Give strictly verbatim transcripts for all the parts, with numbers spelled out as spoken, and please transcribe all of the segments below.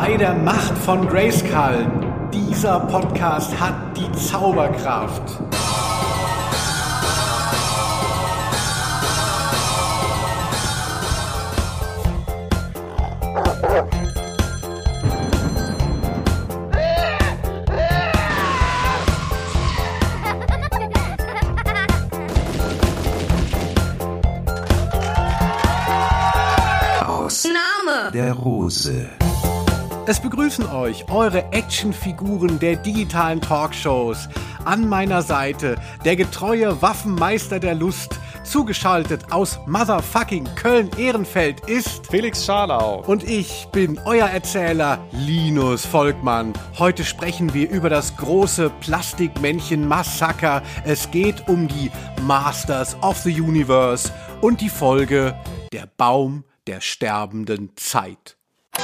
Bei der Macht von Grayskull. Dieser Podcast hat die Zauberkraft. Der Rose. Es begrüßen euch eure Actionfiguren der digitalen Talkshows. An meiner Seite der getreue Waffenmeister der Lust. Zugeschaltet aus Motherfucking Köln-Ehrenfeld ist Felix Scharlau. Und ich bin euer Erzähler Linus Volkmann. Heute sprechen wir über das große Plastikmännchen-Massaker. Es geht um die Masters of the Universe und die Folge Der Baum der sterbenden Zeit.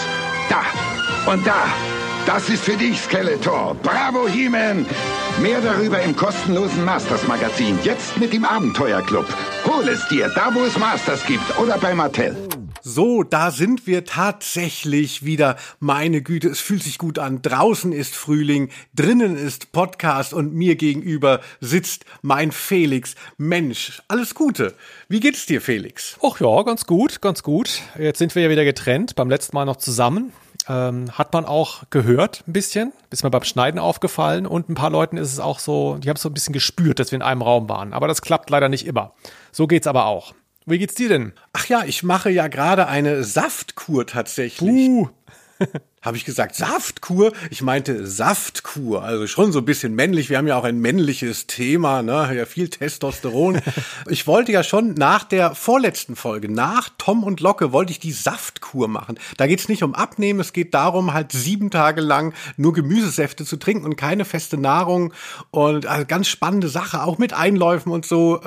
Da und da, das ist für dich, Skeletor. Bravo, He-Man. Mehr darüber im kostenlosen Masters-Magazin. Jetzt mit dem Abenteuerclub. Hol es dir, da wo es Masters gibt oder bei Mattel. So, da sind wir tatsächlich wieder. Meine Güte, es fühlt sich gut an. Draußen ist Frühling, drinnen ist Podcast und mir gegenüber sitzt mein Felix. Mensch, alles Gute. Wie geht's dir, Felix? Ach ja, ganz gut, ganz gut. Jetzt sind wir ja wieder getrennt, beim letzten Mal noch zusammen. Ähm, hat man auch gehört ein bisschen, ist mir beim Schneiden aufgefallen und ein paar Leuten ist es auch so, die haben es so ein bisschen gespürt, dass wir in einem Raum waren. Aber das klappt leider nicht immer. So geht's aber auch. Wie geht's dir denn? Ach ja, ich mache ja gerade eine Saftkur tatsächlich. Uh. Habe ich gesagt Saftkur? Ich meinte Saftkur, also schon so ein bisschen männlich. Wir haben ja auch ein männliches Thema, ne? Ja, viel Testosteron. Ich wollte ja schon nach der vorletzten Folge, nach Tom und Locke, wollte ich die Saftkur machen. Da geht's nicht um Abnehmen, es geht darum, halt sieben Tage lang nur Gemüsesäfte zu trinken und keine feste Nahrung. Und also ganz spannende Sache, auch mit Einläufen und so.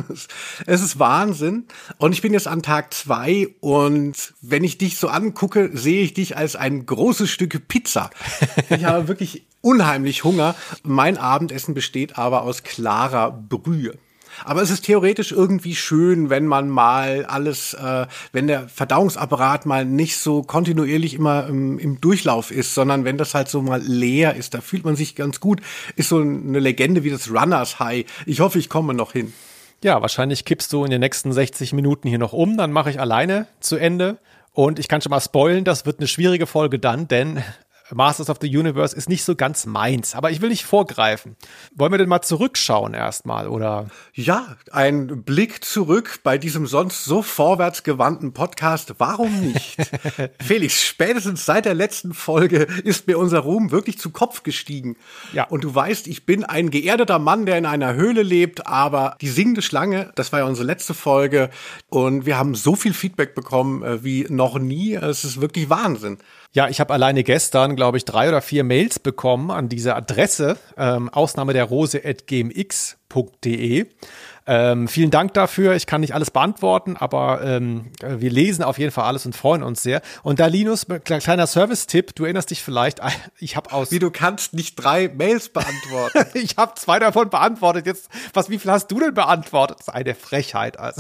Es ist Wahnsinn. Und ich bin jetzt an Tag zwei und wenn ich dich so angucke, sehe ich dich als ein großes Stück Pizza. Ich habe wirklich unheimlich Hunger. Mein Abendessen besteht aber aus klarer Brühe. Aber es ist theoretisch irgendwie schön, wenn man mal alles, äh, wenn der Verdauungsapparat mal nicht so kontinuierlich immer im, im Durchlauf ist, sondern wenn das halt so mal leer ist, da fühlt man sich ganz gut. Ist so eine Legende wie das Runners High. Ich hoffe, ich komme noch hin. Ja, wahrscheinlich kippst du in den nächsten sechzig Minuten hier noch um, dann mache ich alleine zu Ende. Und ich kann schon mal spoilen, das wird eine schwierige Folge dann, denn Masters of the Universe ist nicht so ganz meins. Aber ich will nicht vorgreifen. Wollen wir denn mal zurückschauen erstmal, oder? Ja, ein Blick zurück bei diesem sonst so vorwärtsgewandten Podcast. Warum nicht? Felix, spätestens seit der letzten Folge ist mir unser Ruhm wirklich zu Kopf gestiegen. Ja. Und du weißt, ich bin ein geerdeter Mann, der in einer Höhle lebt, aber die singende Schlange, das war ja unsere letzte Folge und wir haben so viel Feedback bekommen wie noch nie. Es ist wirklich Wahnsinn. Ja, ich habe alleine gestern, glaube ich, drei oder vier Mails bekommen an diese Adresse, ähm, ausnahme der rose at gmx punkt de. Ähm, vielen Dank dafür. Ich kann nicht alles beantworten, aber ähm, wir lesen auf jeden Fall alles und freuen uns sehr. Und da, Linus, kleiner Service-Tipp, du erinnerst dich vielleicht, ich habe aus... Wie, du kannst nicht drei Mails beantworten? Ich habe zwei davon beantwortet. Jetzt, was, wie viel hast du denn beantwortet? Das ist eine Frechheit, also.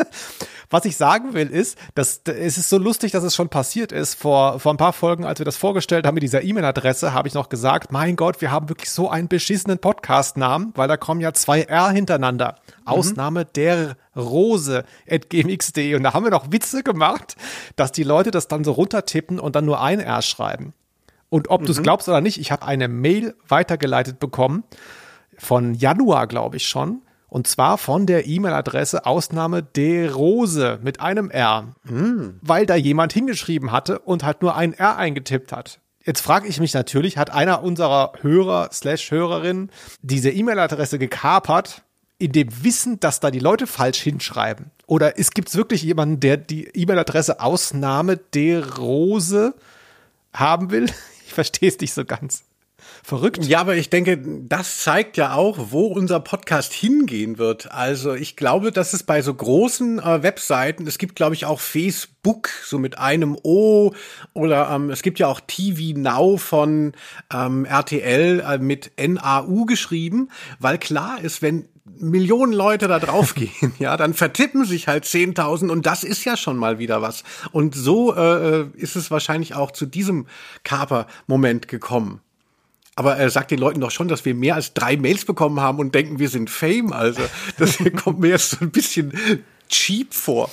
Was ich sagen will ist, dass es ist so lustig, dass es schon passiert ist. Vor, vor ein paar Folgen, als wir das vorgestellt haben mit dieser E-Mail-Adresse, habe ich noch gesagt, mein Gott, wir haben wirklich so einen beschissenen Podcast-Namen, weil da kommen ja zwei R hintereinander. Mhm. Ausnahme der Rose at gmx punkt de. Und da haben wir noch Witze gemacht, dass die Leute das dann so runtertippen und dann nur ein R schreiben. Und ob mhm. du es glaubst oder nicht, ich habe eine Mail weitergeleitet bekommen, von Januar, glaube ich schon. Und zwar von der E-Mail-Adresse Ausnahme der Rose mit einem R. Mhm. Weil da jemand hingeschrieben hatte und halt nur ein R eingetippt hat. Jetzt frage ich mich natürlich, hat einer unserer Hörer slash Hörerinnen diese E-Mail-Adresse gekapert, in dem Wissen, dass da die Leute falsch hinschreiben? Oder es gibt's wirklich jemanden, der die E-Mail-Adresse Ausnahme der Rose haben will? Ich verstehe es nicht so ganz. Verrückt. Ja, aber ich denke, das zeigt ja auch, wo unser Podcast hingehen wird. Also ich glaube, dass es bei so großen äh, Webseiten, es gibt, glaube ich, auch Facebook, so mit einem O, oder ähm, es gibt ja auch T V Now von ähm, R T L äh, mit N A U geschrieben, weil klar ist, wenn Millionen Leute da drauf gehen, ja, dann vertippen sich halt zehntausend und das ist ja schon mal wieder was. Und so äh, ist es wahrscheinlich auch zu diesem Kaper-Moment gekommen. Aber er sagt den Leuten doch schon, dass wir mehr als drei Mails bekommen haben und denken, wir sind Fame. Also das kommt mir jetzt so ein bisschen cheap vor.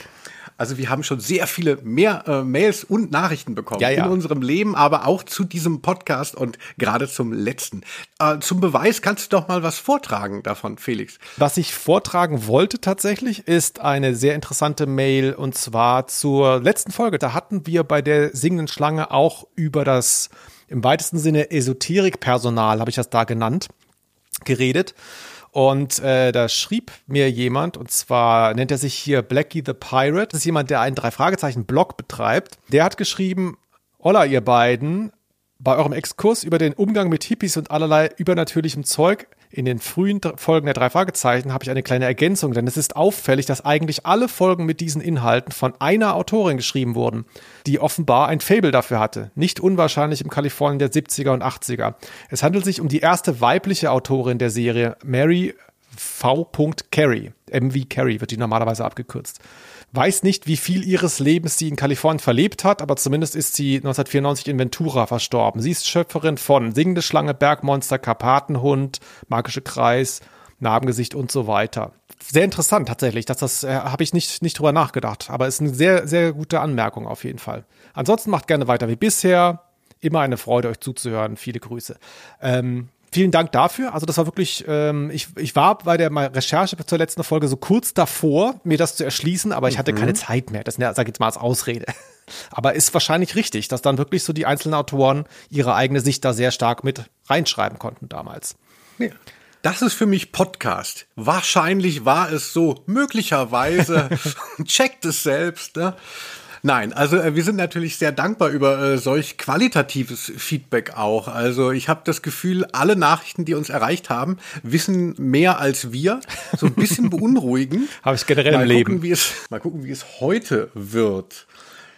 Also wir haben schon sehr viele mehr äh, Mails und Nachrichten bekommen ja, ja. in unserem Leben, aber auch zu diesem Podcast und gerade zum letzten. Äh, zum Beweis kannst du doch mal was vortragen davon, Felix. Was ich vortragen wollte tatsächlich, ist eine sehr interessante Mail und zwar zur letzten Folge. Da hatten wir bei der singenden Schlange auch über das im weitesten Sinne Esoterikpersonal, habe ich das da genannt, geredet. Und äh, da schrieb mir jemand, und zwar nennt er sich hier Blackie the Pirate. Das ist jemand, der einen Drei-Fragezeichen-Blog betreibt. Der hat geschrieben, Holla, ihr beiden, bei eurem Exkurs über den Umgang mit Hippies und allerlei übernatürlichem Zeug in den frühen Folgen der drei Fragezeichen habe ich eine kleine Ergänzung, denn es ist auffällig, dass eigentlich alle Folgen mit diesen Inhalten von einer Autorin geschrieben wurden, die offenbar ein Faible dafür hatte. Nicht unwahrscheinlich im Kalifornien der siebziger und achtziger. Es handelt sich um die erste weibliche Autorin der Serie, Mary V. Carey. M V Carey wird die normalerweise abgekürzt. Weiß nicht, wie viel ihres Lebens sie in Kalifornien verlebt hat, aber zumindest ist sie neunzehnhundertvierundneunzig in Ventura verstorben. Sie ist Schöpferin von Singende Schlange, Bergmonster, Karpatenhund, Magische Kreis, Narbengesicht und so weiter. Sehr interessant tatsächlich, dass das äh, habe ich nicht, nicht drüber nachgedacht, aber ist eine sehr, sehr gute Anmerkung auf jeden Fall. Ansonsten macht gerne weiter wie bisher. Immer eine Freude, euch zuzuhören. Viele Grüße. Ähm, Vielen Dank dafür. Also das war wirklich, ähm, ich, ich war bei der Recherche zur letzten Folge so kurz davor, mir das zu erschließen, aber ich hatte mhm. keine Zeit mehr. Das sage ich jetzt mal als Ausrede. Aber ist wahrscheinlich richtig, dass dann wirklich so die einzelnen Autoren ihre eigene Sicht da sehr stark mit reinschreiben konnten damals. Ja. Das ist für mich Podcast. Wahrscheinlich war es so, möglicherweise. Checkt es selbst, ne? Nein, also äh, wir sind natürlich sehr dankbar über äh, solch qualitatives Feedback auch. Also ich habe das Gefühl, alle Nachrichten, die uns erreicht haben, wissen mehr als wir. So ein bisschen beunruhigend. Habe ich generell mal im gucken, Leben. Wie es, mal gucken, wie es heute wird.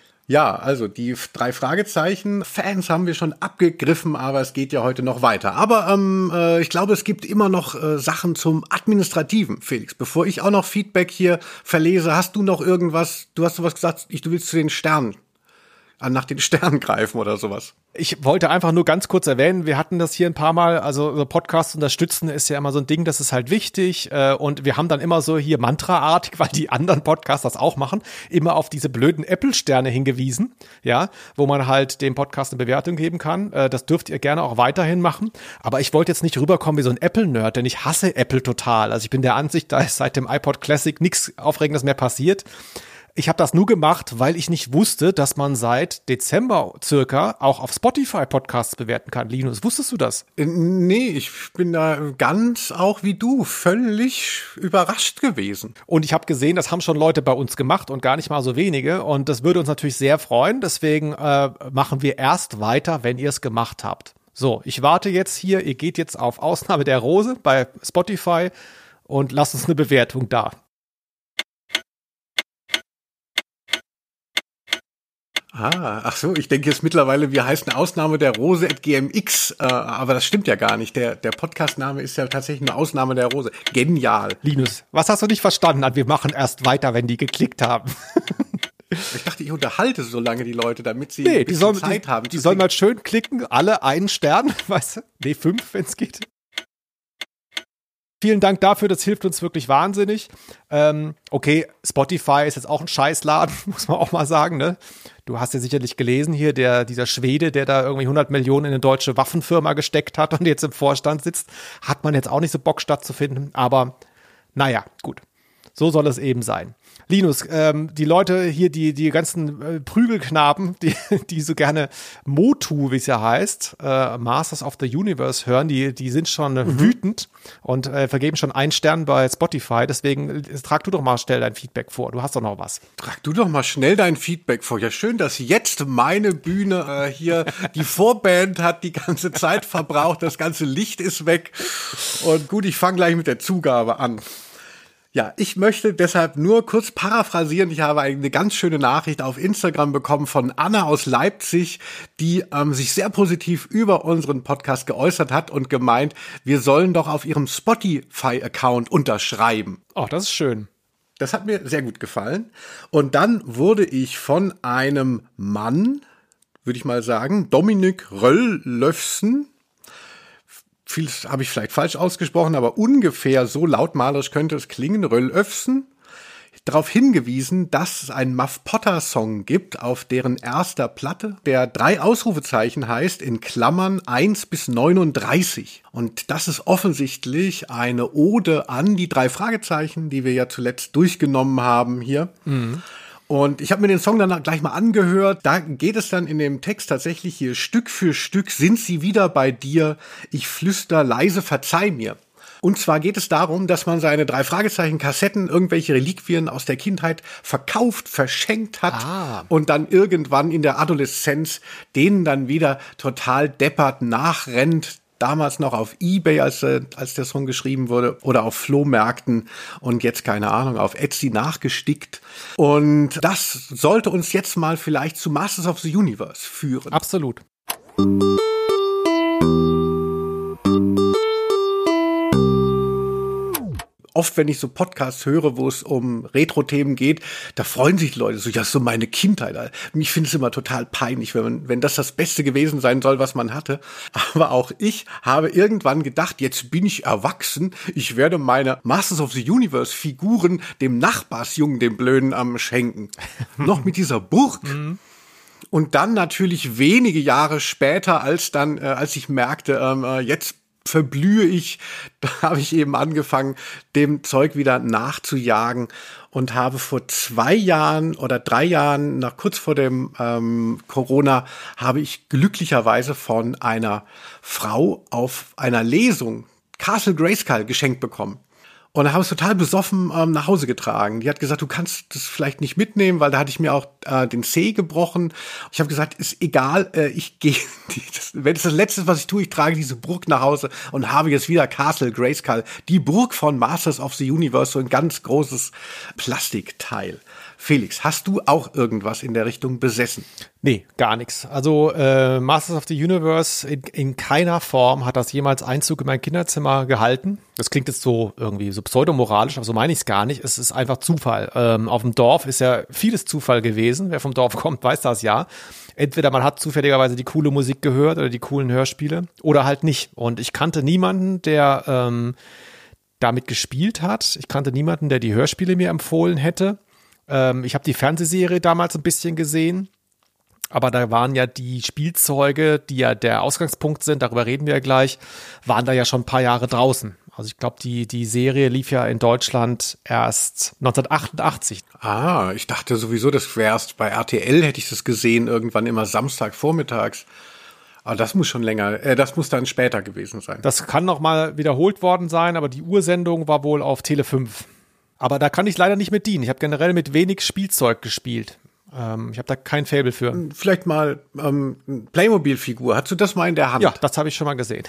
Ja, also die drei Fragezeichen Fans haben wir schon abgegriffen, aber es geht ja heute noch weiter. Aber ähm, äh, ich glaube, es gibt immer noch äh, Sachen zum Administrativen, Felix. Bevor ich auch noch Feedback hier verlese, hast du noch irgendwas, du hast sowas gesagt, ich, du willst zu den Sternen, nach den Sternen greifen oder sowas. Ich wollte einfach nur ganz kurz erwähnen, wir hatten das hier ein paar Mal, also so Podcasts unterstützen ist ja immer so ein Ding, das ist halt wichtig äh, und wir haben dann immer so hier Mantra-artig, weil die anderen Podcasts das auch machen, immer auf diese blöden Apple-Sterne hingewiesen, ja, wo man halt dem Podcast eine Bewertung geben kann. Äh, das dürft ihr gerne auch weiterhin machen, aber ich wollte jetzt nicht rüberkommen wie so ein Apple-Nerd, denn ich hasse Apple total. Also ich bin der Ansicht, da ist seit dem iPod Classic nichts Aufregendes mehr passiert. Ich habe das nur gemacht, weil ich nicht wusste, dass man seit Dezember circa auch auf Spotify Podcasts bewerten kann. Linus, wusstest du das? Nee, ich bin da ganz auch wie du völlig überrascht gewesen. Und ich habe gesehen, das haben schon Leute bei uns gemacht und gar nicht mal so wenige. Und das würde uns natürlich sehr freuen. Deswegen äh, machen wir erst weiter, wenn ihr es gemacht habt. So, ich warte jetzt hier. Ihr geht jetzt auf Ausnahme der Rose bei Spotify und lasst uns eine Bewertung da. Ah, ach so, ich denke jetzt mittlerweile, wir heißen Ausnahme der Rose at G M X, äh, aber das stimmt ja gar nicht. Der, der Podcast-Name ist ja tatsächlich eine Ausnahme der Rose. Genial. Linus, was hast du nicht verstanden? Wir machen erst weiter, wenn die geklickt haben. Ich dachte, ich unterhalte so lange die Leute, damit sie nee, ein bisschen die sollen, Zeit die, haben. Die sollen mal schön klicken, alle einen Stern, weißt du? Nee, fünf, wenn es geht. Vielen Dank dafür, das hilft uns wirklich wahnsinnig. Ähm, okay, Spotify ist jetzt auch ein Scheißladen, muss man auch mal sagen, ne? Du hast ja sicherlich gelesen hier, der, dieser Schwede, der da irgendwie hundert Millionen in eine deutsche Waffenfirma gesteckt hat und jetzt im Vorstand sitzt, hat man jetzt auch nicht so Bock stattzufinden, aber naja, gut. So soll es eben sein. Linus, ähm, die Leute hier, die die ganzen äh, Prügelknaben, die die so gerne Motu, wie es ja heißt, äh, Masters of the Universe hören, die die sind schon äh, mhm. wütend und äh, vergeben schon einen Stern bei Spotify. Deswegen äh, trag du doch mal schnell dein Feedback vor. Du hast doch noch was. Trag du doch mal schnell dein Feedback vor. Ja, schön, dass jetzt meine Bühne äh, hier die Vorband hat die ganze Zeit verbraucht. Das ganze Licht ist weg. Und gut, ich fange gleich mit der Zugabe an. Ja, ich möchte deshalb nur kurz paraphrasieren. Ich habe eine ganz schöne Nachricht auf Instagram bekommen von Anna aus Leipzig, die ähm, sich sehr positiv über unseren Podcast geäußert hat und gemeint, wir sollen doch auf ihrem Spotify-Account unterschreiben. Oh, das ist schön. Das hat mir sehr gut gefallen. Und dann wurde ich von einem Mann, würde ich mal sagen, Dominik Röll-Löffsen, vieles habe ich vielleicht falsch ausgesprochen, aber ungefähr so lautmalerisch könnte es klingen, Röll-Löffsen, darauf hingewiesen, dass es einen Muff Potter Song gibt, auf deren erster Platte, der drei Ausrufezeichen heißt, in Klammern eins bis neununddreißig. Und das ist offensichtlich eine Ode an die drei Fragezeichen, die wir ja zuletzt durchgenommen haben hier. Mhm. Und ich habe mir den Song dann gleich mal angehört. Da geht es dann in dem Text tatsächlich hier Stück für Stück sind sie wieder bei dir. Ich flüster leise, verzeih mir. Und zwar geht es darum, dass man seine drei Fragezeichen Kassetten, irgendwelche Reliquien aus der Kindheit verkauft, verschenkt hat ah. und dann irgendwann in der Adoleszenz denen dann wieder total deppert nachrennt. Damals noch auf eBay, als, äh, als der Song geschrieben wurde, oder auf Flohmärkten und jetzt, keine Ahnung, auf Etsy nachgestickt. Und das sollte uns jetzt mal vielleicht zu Masters of the Universe führen. Absolut. Oft, wenn ich so Podcasts höre, wo es um Retro-Themen geht, da freuen sich die Leute so, ja, so meine Kindheit. Ich finde es immer total peinlich, wenn man, wenn das das Beste gewesen sein soll, was man hatte. Aber auch ich habe irgendwann gedacht, jetzt bin ich erwachsen, ich werde meine Masters of the Universe-Figuren dem Nachbarsjungen, dem Blöden, am schenken. Noch mit dieser Burg. Und dann natürlich wenige Jahre später, als dann, äh, als ich merkte, ähm, äh, jetzt verblühe ich, da habe ich eben angefangen, dem Zeug wieder nachzujagen und habe vor zwei Jahren oder drei Jahren, nach kurz vor dem ähm, Corona, habe ich glücklicherweise von einer Frau auf einer Lesung Castle Grayskull geschenkt bekommen. Und da habe ich es total besoffen ähm, nach Hause getragen. Die hat gesagt, du kannst das vielleicht nicht mitnehmen, weil da hatte ich mir auch äh, den Zeh gebrochen. Ich habe gesagt, ist egal, äh, ich gehe, wenn es das Letzte ist, was ich tue, ich trage diese Burg nach Hause und habe jetzt wieder Castle Grayskull, die Burg von Masters of the Universe, so ein ganz großes Plastikteil. Felix, hast du auch irgendwas in der Richtung besessen? Nee, gar nichts. Also äh, Masters of the Universe, in, in keiner Form hat das jemals Einzug in mein Kinderzimmer gehalten. Das klingt jetzt so irgendwie so pseudomoralisch, aber so meine ich es gar nicht. Es ist einfach Zufall. Ähm, auf dem Dorf ist ja vieles Zufall gewesen. Wer vom Dorf kommt, weiß das ja. Entweder man hat zufälligerweise die coole Musik gehört oder die coolen Hörspiele oder halt nicht. Und ich kannte niemanden, der ähm, damit gespielt hat. Ich kannte niemanden, der die Hörspiele mir empfohlen hätte. Ähm, ich habe die Fernsehserie damals ein bisschen gesehen. Aber da waren ja die Spielzeuge, die ja der Ausgangspunkt sind, darüber reden wir ja gleich, waren da ja schon ein paar Jahre draußen. Also ich glaube, die, die Serie lief ja in Deutschland erst neunzehnhundertachtundachtzig. Ah, ich dachte sowieso, das wäre erst bei R T L, hätte ich das gesehen, irgendwann immer Samstag vormittags. Aber das muss schon länger, äh, das muss dann später gewesen sein. Das kann noch mal wiederholt worden sein, aber die Ursendung war wohl auf Tele fünf. Aber da kann ich leider nicht mit dienen. Ich habe generell mit wenig Spielzeug gespielt. Ähm, ich habe da kein Faible für. Vielleicht mal ähm, Playmobil-Figur. Hast du das mal in der Hand? Ja, das habe ich schon mal gesehen.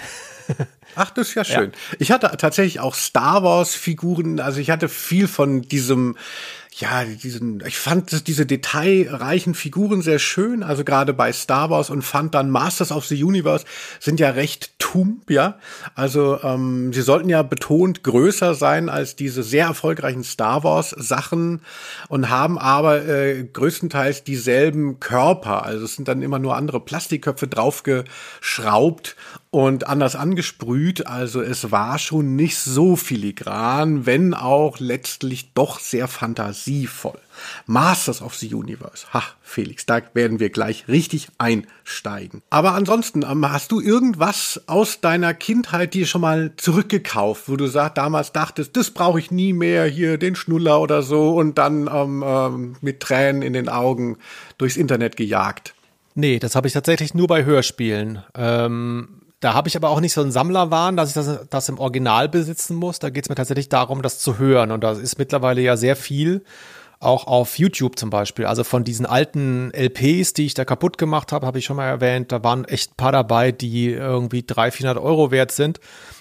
Ach, das ist ja schön. Ja. Ich hatte tatsächlich auch Star Wars-Figuren. Also ich hatte viel von diesem, ja, diesen, ich fand das, diese detailreichen Figuren sehr schön. Also gerade bei Star Wars und fand dann Masters of the Universe sind ja recht tump, ja. Also ähm, sie sollten ja betont größer sein als diese sehr erfolgreichen Star Wars Sachen und haben aber äh, größtenteils dieselben Körper. Also es sind dann immer nur andere Plastikköpfe draufgeschraubt und anders angesprüht. Also es war schon nicht so filigran, wenn auch letztlich doch sehr fantasievoll. Masters of the Universe. Ha, Felix, da werden wir gleich richtig einsteigen. Aber ansonsten, ähm, hast du irgendwas aus deiner Kindheit dir schon mal zurückgekauft, wo du sagst, damals dachtest, das brauche ich nie mehr, hier den Schnuller oder so und dann ähm, ähm, mit Tränen in den Augen durchs Internet gejagt? Nee, das habe ich tatsächlich nur bei Hörspielen. Ähm Da habe ich aber auch nicht so einen Sammlerwahn, dass ich das, das im Original besitzen muss. Da geht es mir tatsächlich darum, das zu hören. Und da ist mittlerweile ja sehr viel, auch auf YouTube zum Beispiel. Also von diesen alten L Ps, die ich da kaputt gemacht habe, habe ich schon mal erwähnt. Da waren echt ein paar dabei, die irgendwie dreihundert, vierhundert Euro wert sind.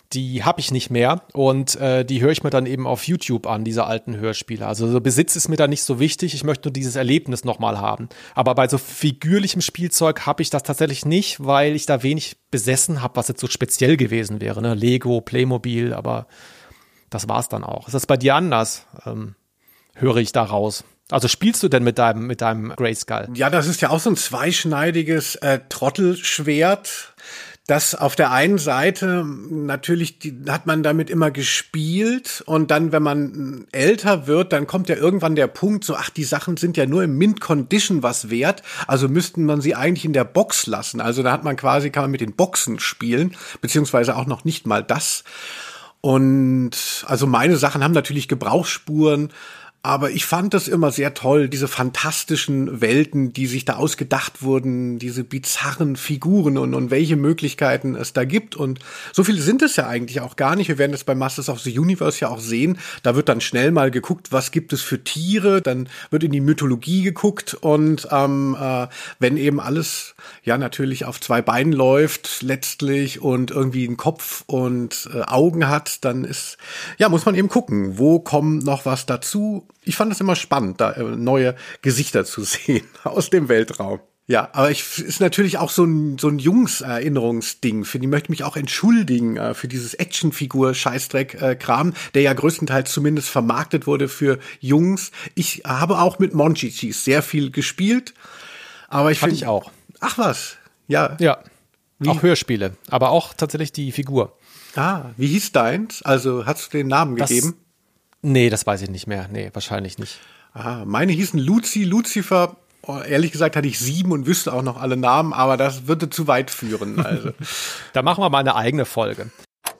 die habe ich nicht mehr und äh, die höre ich mir dann eben auf YouTube an, diese alten Hörspiele. Also so Besitz ist mir da nicht so wichtig, ich möchte nur dieses Erlebnis nochmal haben. Aber bei so figürlichem Spielzeug habe ich das tatsächlich nicht, weil ich da wenig besessen habe, was jetzt so speziell gewesen wäre. Ne? Lego, Playmobil, aber das war's dann auch. Ist das bei dir anders? Ähm, höre ich da raus. Also spielst du denn mit deinem, mit deinem Grayskull? Ja, das ist ja auch so ein zweischneidiges äh, Trottelschwert. Das auf der einen Seite natürlich die, hat man damit immer gespielt und dann, wenn man älter wird, dann kommt ja irgendwann der Punkt so, ach, die Sachen sind ja nur im Mint Condition was wert, also müssten man sie eigentlich in der Box lassen. Also da hat man quasi, kann man mit den Boxen spielen, beziehungsweise auch noch nicht mal das. Und also meine Sachen haben natürlich Gebrauchsspuren, aber ich fand das immer sehr toll, diese fantastischen Welten, die sich da ausgedacht wurden, diese bizarren Figuren und, und welche Möglichkeiten es da gibt. Und so viele sind es ja eigentlich auch gar nicht. Wir werden das bei Masters of the Universe ja auch sehen. Da wird dann schnell mal geguckt, was gibt es für Tiere. Dann wird in die Mythologie geguckt. Und ähm, äh, wenn eben alles ja natürlich auf zwei Beinen läuft letztlich und irgendwie einen Kopf und äh, Augen hat, dann ist, ja, muss man eben gucken, wo kommt noch was dazu. Ich fand es immer spannend, da äh, neue Gesichter zu sehen aus dem Weltraum. Ja, aber ich ist natürlich auch so ein so ein Jungs-Erinnerungsding. Für die möchte ich mich auch entschuldigen äh, für dieses Actionfigur-Scheißdreck-Kram, der ja größtenteils zumindest vermarktet wurde für Jungs. Ich habe auch mit Monchichis sehr viel gespielt, aber ich finde ich auch. Ach was, ja. Ja, wie? Auch Hörspiele, aber auch tatsächlich die Figur. Ah, wie hieß deins? Also hast du den Namen Das, gegeben? Nee, das weiß ich nicht mehr. Nee, wahrscheinlich nicht. Ah, meine hießen Luzi, Lucifer. Oh, ehrlich gesagt hatte ich sieben und wüsste auch noch alle Namen, aber das würde zu weit führen. Also. Da machen wir mal eine eigene Folge.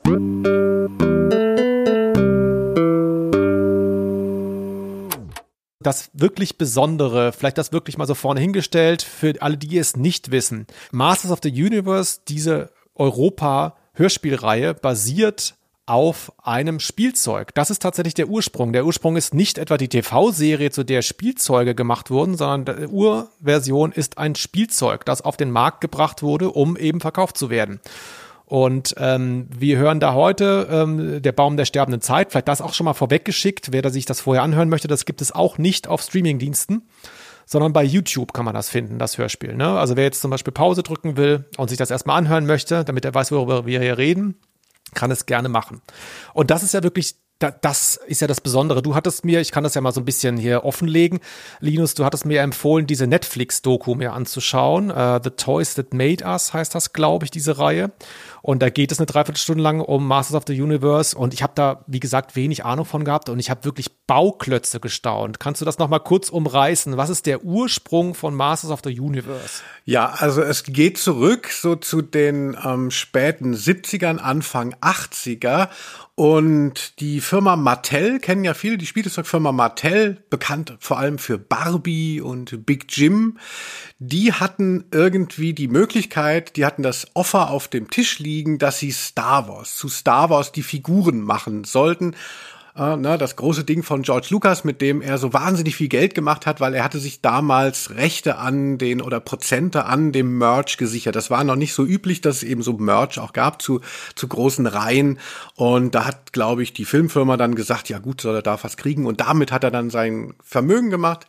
Das wirklich Besondere, vielleicht das wirklich mal so vorne hingestellt, für alle, die es nicht wissen. Masters of the Universe, diese Europa-Hörspielreihe, basiert auf einem Spielzeug. Das ist tatsächlich der Ursprung. Der Ursprung ist nicht etwa die T V-Serie, zu der Spielzeuge gemacht wurden, sondern die Urversion ist ein Spielzeug, das auf den Markt gebracht wurde, um eben verkauft zu werden. Und ähm, wir hören da heute ähm, der Baum der sterbenden Zeit, vielleicht das auch schon mal vorweggeschickt, wer da sich das vorher anhören möchte, das gibt es auch nicht auf Streamingdiensten, sondern bei YouTube kann man das finden, das Hörspiel. Ne? Also wer jetzt zum Beispiel Pause drücken will und sich das erstmal anhören möchte, damit er weiß, worüber wir hier reden, kann es gerne machen. Und das ist ja wirklich, das ist ja das Besondere. Du hattest mir, ich kann das ja mal so ein bisschen hier offenlegen, Linus, du hattest mir empfohlen, diese Netflix-Doku mir anzuschauen. Uh, The Toys That Made Us heißt das, glaube ich, diese Reihe. Und da geht es eine Dreiviertelstunde lang um Masters of the Universe. Und ich habe da, wie gesagt, wenig Ahnung von gehabt. Und ich habe wirklich Bauklötze gestaunt. Kannst du das noch mal kurz umreißen? Was ist der Ursprung von Masters of the Universe? Ja, also es geht zurück so zu den ähm, späten siebzigern, Anfang achtziger. Und die Firma Mattel, kennen ja viele, die Spielzeugfirma Mattel, bekannt vor allem für Barbie und Big Jim, die hatten irgendwie die Möglichkeit, die hatten das Offer auf dem Tisch liegen, dass sie Star Wars, zu Star Wars die Figuren machen sollten. Äh, ne, das große Ding von George Lucas, mit dem er so wahnsinnig viel Geld gemacht hat, weil er hatte sich damals Rechte an den oder Prozente an dem Merch gesichert. Das war noch nicht so üblich, dass es eben so Merch auch gab zu zu großen Reihen. Und da hat, glaube ich, die Filmfirma dann gesagt, ja gut, soll er da was kriegen. Und damit hat er dann sein Vermögen gemacht.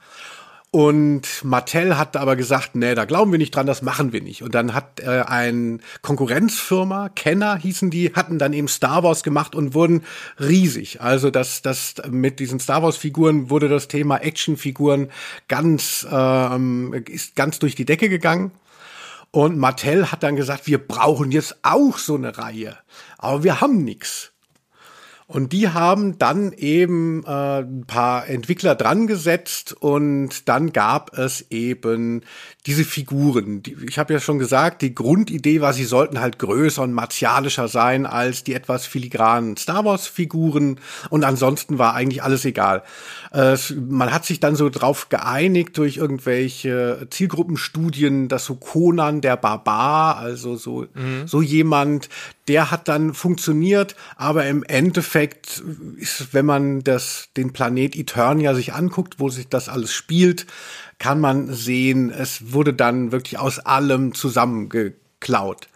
Und Mattel hat aber gesagt, nee, da glauben wir nicht dran, das machen wir nicht. Und dann hat äh, ein Konkurrenzfirma, Kenner hießen die, hatten dann eben Star Wars gemacht und wurden riesig. Also das, das mit diesen Star Wars Figuren wurde das Thema Actionfiguren ganz, ähm, ist ganz durch die Decke gegangen. Und Mattel hat dann gesagt, wir brauchen jetzt auch so eine Reihe, aber wir haben nichts. Und die haben dann eben äh, ein paar Entwickler dran gesetzt und dann gab es eben diese Figuren. Die, ich habe ja schon gesagt, die Grundidee war, sie sollten halt größer und martialischer sein als die etwas filigranen Star Wars Figuren und ansonsten war eigentlich alles egal. Äh, man hat sich dann so drauf geeinigt durch irgendwelche Zielgruppenstudien, dass so Conan der Barbar, also so mhm. so jemand, der hat dann funktioniert, aber im Endeffekt ist, wenn man das, den Planet Eternia sich anguckt, wo sich das alles spielt, kann man sehen, es wurde dann wirklich aus allem zusammengeklaut.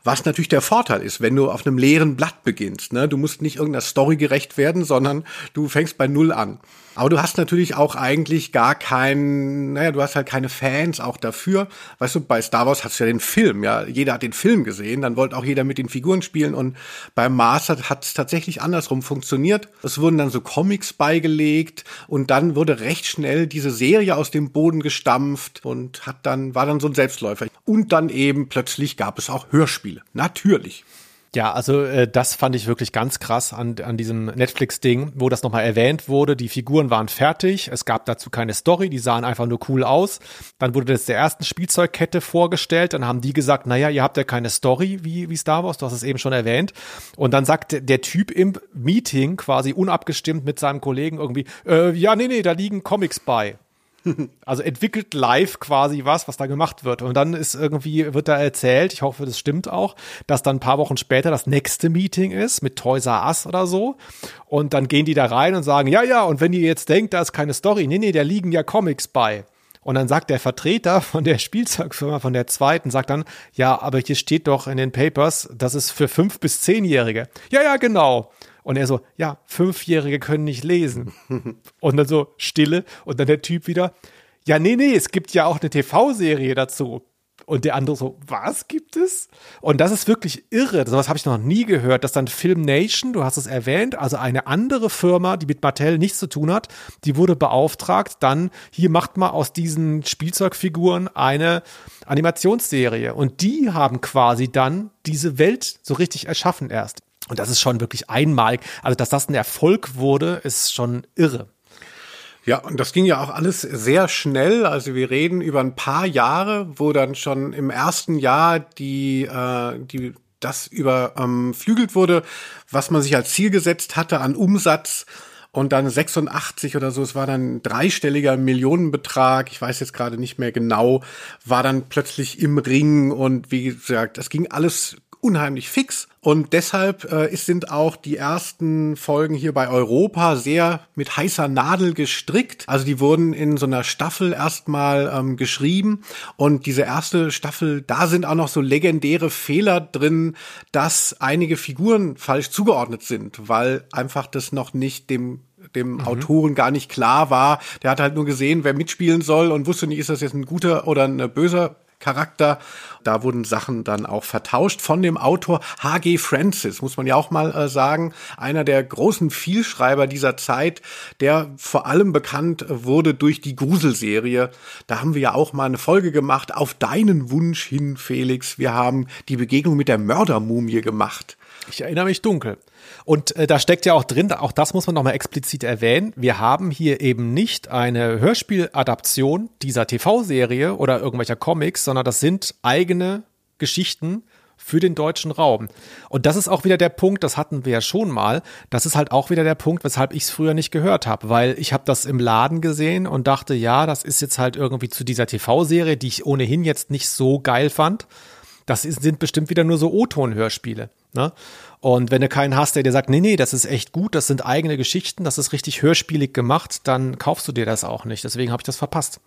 Was natürlich der Vorteil ist, wenn du auf einem leeren Blatt beginnst. Ne? Du musst nicht irgendeiner Story gerecht werden, sondern du fängst bei Null an. Aber du hast natürlich auch eigentlich gar keinen, naja, du hast halt keine Fans auch dafür. Weißt du, bei Star Wars hast du ja den Film, ja, jeder hat den Film gesehen, dann wollte auch jeder mit den Figuren spielen und beim Master hat es tatsächlich andersrum funktioniert. Es wurden dann so Comics beigelegt und dann wurde recht schnell diese Serie aus dem Boden gestampft und hat dann, war dann so ein Selbstläufer. Und dann eben plötzlich gab es auch Hörspiele. Natürlich. Ja, also äh, das fand ich wirklich ganz krass an, an diesem Netflix-Ding, wo das nochmal erwähnt wurde. Die Figuren waren fertig, es gab dazu keine Story, die sahen einfach nur cool aus. Dann wurde das der ersten Spielzeugkette vorgestellt, dann haben die gesagt, naja, ihr habt ja keine Story wie, wie Star Wars, du hast es eben schon erwähnt. Und dann sagt der, der Typ im Meeting quasi unabgestimmt mit seinem Kollegen irgendwie, äh, ja, nee, nee, da liegen Comics bei. Also entwickelt live quasi was, was da gemacht wird. Und dann ist irgendwie, wird da erzählt, ich hoffe, das stimmt auch, dass dann ein paar Wochen später das nächste Meeting ist mit Toys R Us oder so. Und dann gehen die da rein und sagen, ja, ja, und wenn ihr jetzt denkt, da ist keine Story, nee, nee, da liegen ja Comics bei. Und dann sagt der Vertreter von der Spielzeugfirma, von der zweiten, sagt dann, ja, aber hier steht doch in den Papers, das ist für fünf- bis zehnjährige. Ja, ja, genau. Und er so, ja, Fünfjährige können nicht lesen. Und dann so Stille. Und dann der Typ wieder, ja, nee, nee, es gibt ja auch eine T V-Serie dazu. Und der andere so, was gibt es? Und das ist wirklich irre. Sowas habe ich noch nie gehört, dass dann Film Nation, du hast es erwähnt, also eine andere Firma, die mit Mattel nichts zu tun hat, die wurde beauftragt, dann hier macht mal aus diesen Spielzeugfiguren eine Animationsserie. Und die haben quasi dann diese Welt so richtig erschaffen erst. Und das ist schon wirklich einmalig. Also, dass das ein Erfolg wurde, ist schon irre. Ja, und das ging ja auch alles sehr schnell. Also wir reden über ein paar Jahre, wo dann schon im ersten Jahr die, äh, die das überflügelt ähm, wurde, was man sich als Ziel gesetzt hatte an Umsatz. Und dann sechsundachtzig oder so, es war dann ein dreistelliger Millionenbetrag, ich weiß jetzt gerade nicht mehr genau, war dann plötzlich im Ring und wie gesagt, das ging alles unheimlich fix und deshalb äh, sind auch die ersten Folgen hier bei Europa sehr mit heißer Nadel gestrickt. Also die wurden in so einer Staffel erstmal ähm, geschrieben und diese erste Staffel, da sind auch noch so legendäre Fehler drin, dass einige Figuren falsch zugeordnet sind, weil einfach das noch nicht dem dem mhm. Autoren gar nicht klar war. Der hat halt nur gesehen, wer mitspielen soll und wusste nicht, ist das jetzt ein guter oder ein böser Charakter. Da wurden Sachen dann auch vertauscht von dem Autor H G Francis, muss man ja auch mal äh, sagen, einer der großen Vielschreiber dieser Zeit, der vor allem bekannt wurde durch die Gruselserie. Da haben wir ja auch mal eine Folge gemacht, auf deinen Wunsch hin, Felix. Wir haben die Begegnung mit der Mördermumie gemacht. Ich erinnere mich dunkel. Und äh, da steckt ja auch drin, auch das muss man nochmal explizit erwähnen, wir haben hier eben nicht eine Hörspieladaption dieser T V-Serie oder irgendwelcher Comics, sondern das sind eigene Geschichten für den deutschen Raum. Und das ist auch wieder der Punkt, das hatten wir ja schon mal, das ist halt auch wieder der Punkt, weshalb ich es früher nicht gehört habe, weil ich habe das im Laden gesehen und dachte, ja, das ist jetzt halt irgendwie zu dieser T V-Serie, die ich ohnehin jetzt nicht so geil fand. Das ist, sind bestimmt wieder nur so O-Ton-Hörspiele. Ne? Und wenn du keinen hast, der dir sagt, nee, nee, das ist echt gut, das sind eigene Geschichten, das ist richtig hörspielig gemacht, dann kaufst du dir das auch nicht. Deswegen habe ich das verpasst.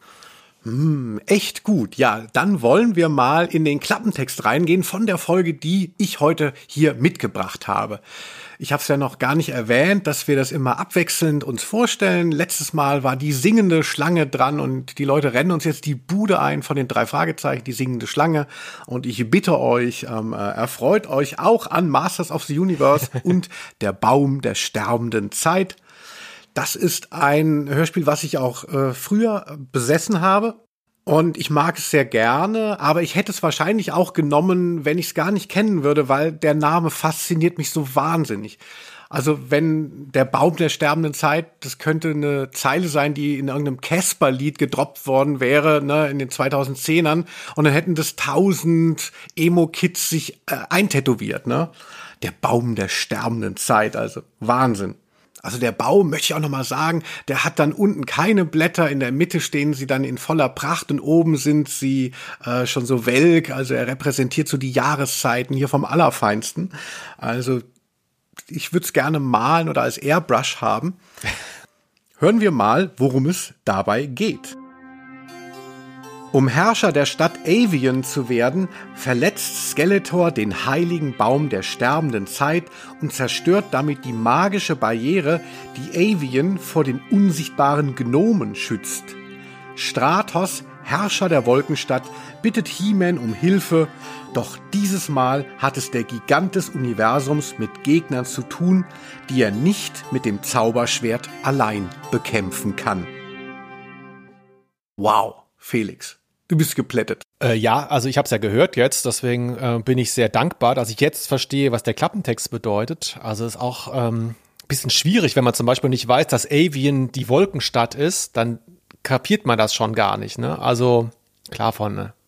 Hm, echt gut. Ja, dann wollen wir mal in den Klappentext reingehen von der Folge, die ich heute hier mitgebracht habe. Ich habe es ja noch gar nicht erwähnt, dass wir das immer abwechselnd uns vorstellen. Letztes Mal war die singende Schlange dran und die Leute rennen uns jetzt die Bude ein von den drei Fragezeichen, die singende Schlange. Und ich bitte euch, ähm, äh, erfreut euch auch an Masters of the Universe und der Baum der sterbenden Zeit. Das ist ein Hörspiel, was ich auch äh, früher besessen habe. Und ich mag es sehr gerne, aber ich hätte es wahrscheinlich auch genommen, wenn ich es gar nicht kennen würde, weil der Name fasziniert mich so wahnsinnig. Also wenn der Baum der sterbenden Zeit, das könnte eine Zeile sein, die in irgendeinem Casper-Lied gedroppt worden wäre, ne, in den zweitausendzehnern. Und dann hätten das tausend Emo-Kids sich äh, eintätowiert, ne? Der Baum der sterbenden Zeit, also Wahnsinn. Also der Baum, möchte ich auch noch mal sagen, der hat dann unten keine Blätter, in der Mitte stehen sie dann in voller Pracht und oben sind sie äh, schon so welk, also er repräsentiert so die Jahreszeiten hier vom Allerfeinsten. Also ich würde es gerne malen oder als Airbrush haben. Hören wir mal, worum es dabei geht. Um Herrscher der Stadt Avion zu werden, verletzt Skeletor den heiligen Baum der sterbenden Zeit und zerstört damit die magische Barriere, die Avion vor den unsichtbaren Gnomen schützt. Stratos, Herrscher der Wolkenstadt, bittet He-Man um Hilfe, doch dieses Mal hat es der Gigant des Universums mit Gegnern zu tun, die er nicht mit dem Zauberschwert allein bekämpfen kann. Wow, Felix. Du bist geplättet. Äh, ja, also ich habe es ja gehört jetzt, deswegen äh, bin ich sehr dankbar, dass ich jetzt verstehe, was der Klappentext bedeutet. Also ist auch ähm, ein bisschen schwierig, wenn man zum Beispiel nicht weiß, dass Avion die Wolkenstadt ist, dann kapiert man das schon gar nicht. Ne? Also klar, von äh,